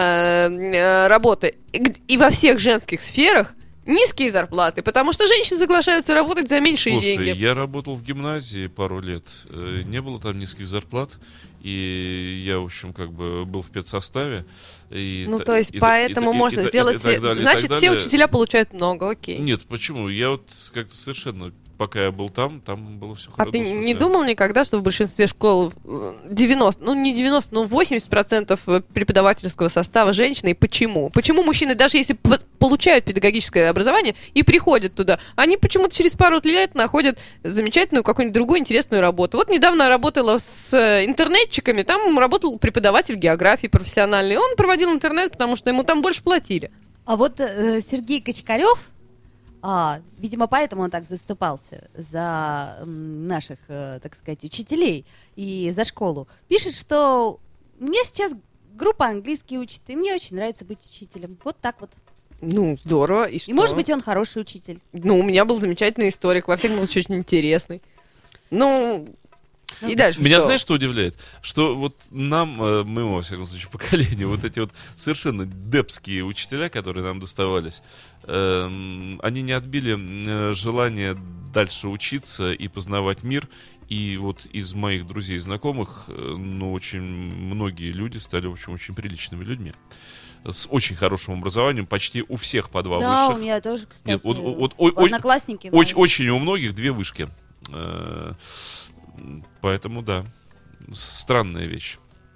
Speaker 5: э, работы. И, г- и во всех женских сферах низкие зарплаты, потому что женщины соглашаются работать за меньшие
Speaker 3: Слушай,
Speaker 5: деньги.
Speaker 3: я работал в гимназии пару лет, э, не было там низких зарплат, и я, в общем, как бы был в педсоставе. И
Speaker 5: Ну,
Speaker 3: та-
Speaker 5: то есть,
Speaker 3: и- и-
Speaker 5: поэтому
Speaker 3: и- и-
Speaker 5: можно
Speaker 3: и- и-
Speaker 5: сделать...
Speaker 3: и так далее, и
Speaker 5: Значит,
Speaker 3: так
Speaker 5: все
Speaker 3: далее.
Speaker 5: учителя получают много, окей.
Speaker 3: Нет, почему? Я вот как-то совершенно, пока я был там, там было все
Speaker 5: А
Speaker 3: хорошо.
Speaker 5: ты не думал никогда, что в большинстве школ э, девяносто, ну не девяносто, но восемьдесят процентов преподавательского состава женщины? И почему? Почему мужчины, даже если п- получают педагогическое образование и приходят туда, они почему-то через пару лет находят замечательную какую-нибудь другую интересную работу? Вот недавно работала с э, интернетчиками, там работал преподаватель географии профессиональный, он проводил интернет, потому что ему там больше платили.
Speaker 4: А вот э, Сергей Качкарев, а, видимо, поэтому он так заступался за м, наших, э, так сказать, учителей и за школу, пишет, что мне сейчас группа английский учит, и мне очень нравится быть учителем. Вот так вот.
Speaker 5: Ну, здорово. И,
Speaker 4: И,
Speaker 5: что?
Speaker 4: может быть, он хороший учитель.
Speaker 5: Ну, у меня был замечательный историк, во всяком случае, очень интересный. Ну, и дальше
Speaker 3: Меня
Speaker 5: что?
Speaker 3: знаешь, что удивляет? Что вот нам, э, моему, во всяком случае, поколению, вот эти вот совершенно депские учителя, которые нам доставались, эм, они не отбили э, желание дальше учиться и познавать мир. И вот из моих друзей и знакомых, э, ну, очень многие люди стали, в общем, очень приличными людьми. С очень хорошим образованием, почти у всех по два
Speaker 4: Да,
Speaker 3: высших.
Speaker 4: у меня тоже, кстати,
Speaker 3: Нет, вот- вот- ой- ой-
Speaker 4: одноклассники. мои.
Speaker 3: Очень, очень у многих две вышки. Э, Поэтому да, с- странная вещь.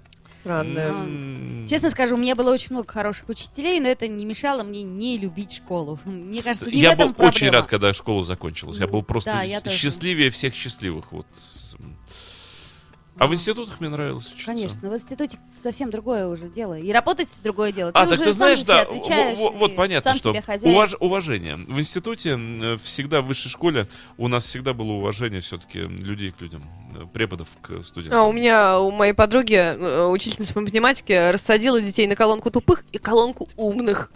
Speaker 5: Странная.
Speaker 3: М,
Speaker 4: Честно скажу, у меня было очень много хороших учителей, но это не мешало мне не любить школу. Мне кажется, не
Speaker 3: Я
Speaker 4: в этом
Speaker 3: был
Speaker 4: проблема.
Speaker 3: очень рад, когда школа закончилась. Я был просто
Speaker 4: Да, я тоже.
Speaker 3: счастливее всех счастливых. Вот. А в институтах мне нравилось учиться.
Speaker 4: Конечно, в институте совсем другое уже дело. И работать другое дело.
Speaker 3: А,
Speaker 4: ты
Speaker 3: так
Speaker 4: уже
Speaker 3: ты знаешь,
Speaker 4: сам за себя
Speaker 3: да,
Speaker 4: отвечаешь.
Speaker 3: во- во- вот
Speaker 4: и
Speaker 3: понятно,
Speaker 4: сам
Speaker 3: что
Speaker 4: себе хозяин.
Speaker 3: уваж- уважение. В институте м, всегда, в высшей школе у нас всегда было уважение все-таки людей к людям, э, преподов к студентам.
Speaker 5: А у меня, у моей подруги, э, учительница по математике, рассадила детей на колонку тупых и колонку умных.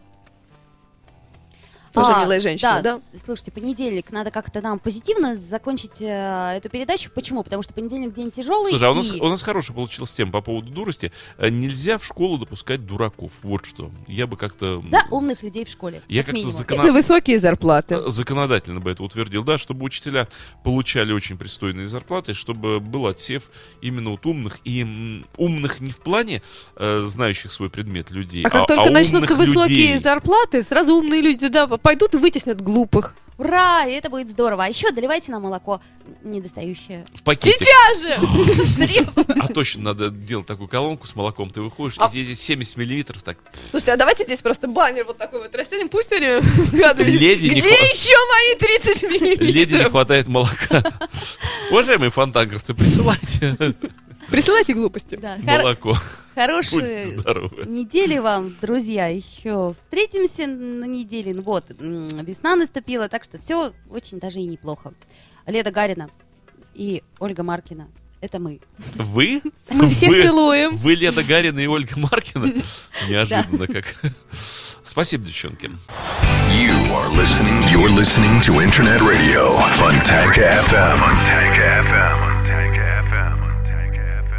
Speaker 5: Тоже
Speaker 4: А,
Speaker 5: милая женщина, да?
Speaker 4: Слушайте, понедельник. Надо как-то нам позитивно закончить э, эту передачу. Почему? Потому что понедельник день тяжелый.
Speaker 3: Слушай, а у нас,
Speaker 4: и...
Speaker 3: у нас хорошая получилась тема по поводу дурости. Э, Нельзя в школу допускать дураков. Вот что. Я бы как-то...
Speaker 4: За умных людей в школе.
Speaker 3: Я
Speaker 4: как
Speaker 3: как-то
Speaker 4: минимум.
Speaker 3: закон-
Speaker 5: И за высокие зарплаты.
Speaker 3: э, законодательно бы это утвердил, да, чтобы учителя получали очень пристойные зарплаты, чтобы был отсев именно от умных. И м, умных не в плане э, знающих свой предмет людей,
Speaker 5: А как только
Speaker 3: а
Speaker 5: начнутся
Speaker 3: умных
Speaker 5: высокие
Speaker 3: людей.
Speaker 5: зарплаты, сразу умные люди туда пойдут и вытеснят глупых.
Speaker 4: Ура! И это будет здорово. А еще доливайте нам молоко недостающее.
Speaker 3: В пакете.
Speaker 5: Сейчас же!
Speaker 3: А точно надо делать такую колонку с молоком. Ты выходишь,
Speaker 5: А-
Speaker 3: и эти семьдесят миллилитров так.
Speaker 5: Слушайте, а давайте здесь просто баннер вот такой вот растянем, пусть они гадают.
Speaker 3: Леди не
Speaker 5: Где
Speaker 3: хва-
Speaker 5: еще мои тридцать миллилитров?
Speaker 3: Леди не хватает молока. Уважаемые фонтанковцы, присылайте
Speaker 5: Присылайте глупости.
Speaker 4: Да. Хор-
Speaker 3: молоко.
Speaker 4: Хорошие
Speaker 3: Будьте здоровы.
Speaker 4: недели вам, друзья. Еще встретимся на неделе. Ну вот, м, весна наступила, так что все очень даже и неплохо. Леда Гарина и Ольга Маркина. Это мы.
Speaker 3: Вы?
Speaker 5: Мы всех
Speaker 3: Вы-
Speaker 5: целуем.
Speaker 3: Вы Леда Гарина и Ольга Маркина? Неожиданно как. Спасибо, девчонки.
Speaker 2: You are listening. You're listening to Internet Radio Fontanka эф эм. Fontanka эф эм. Fontanka эф эм. Fontanka эф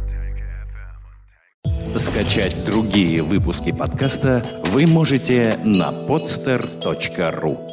Speaker 2: эм. Fontanka эф эм.
Speaker 1: Скачать другие выпуски подкаста вы можете на podster точка ru.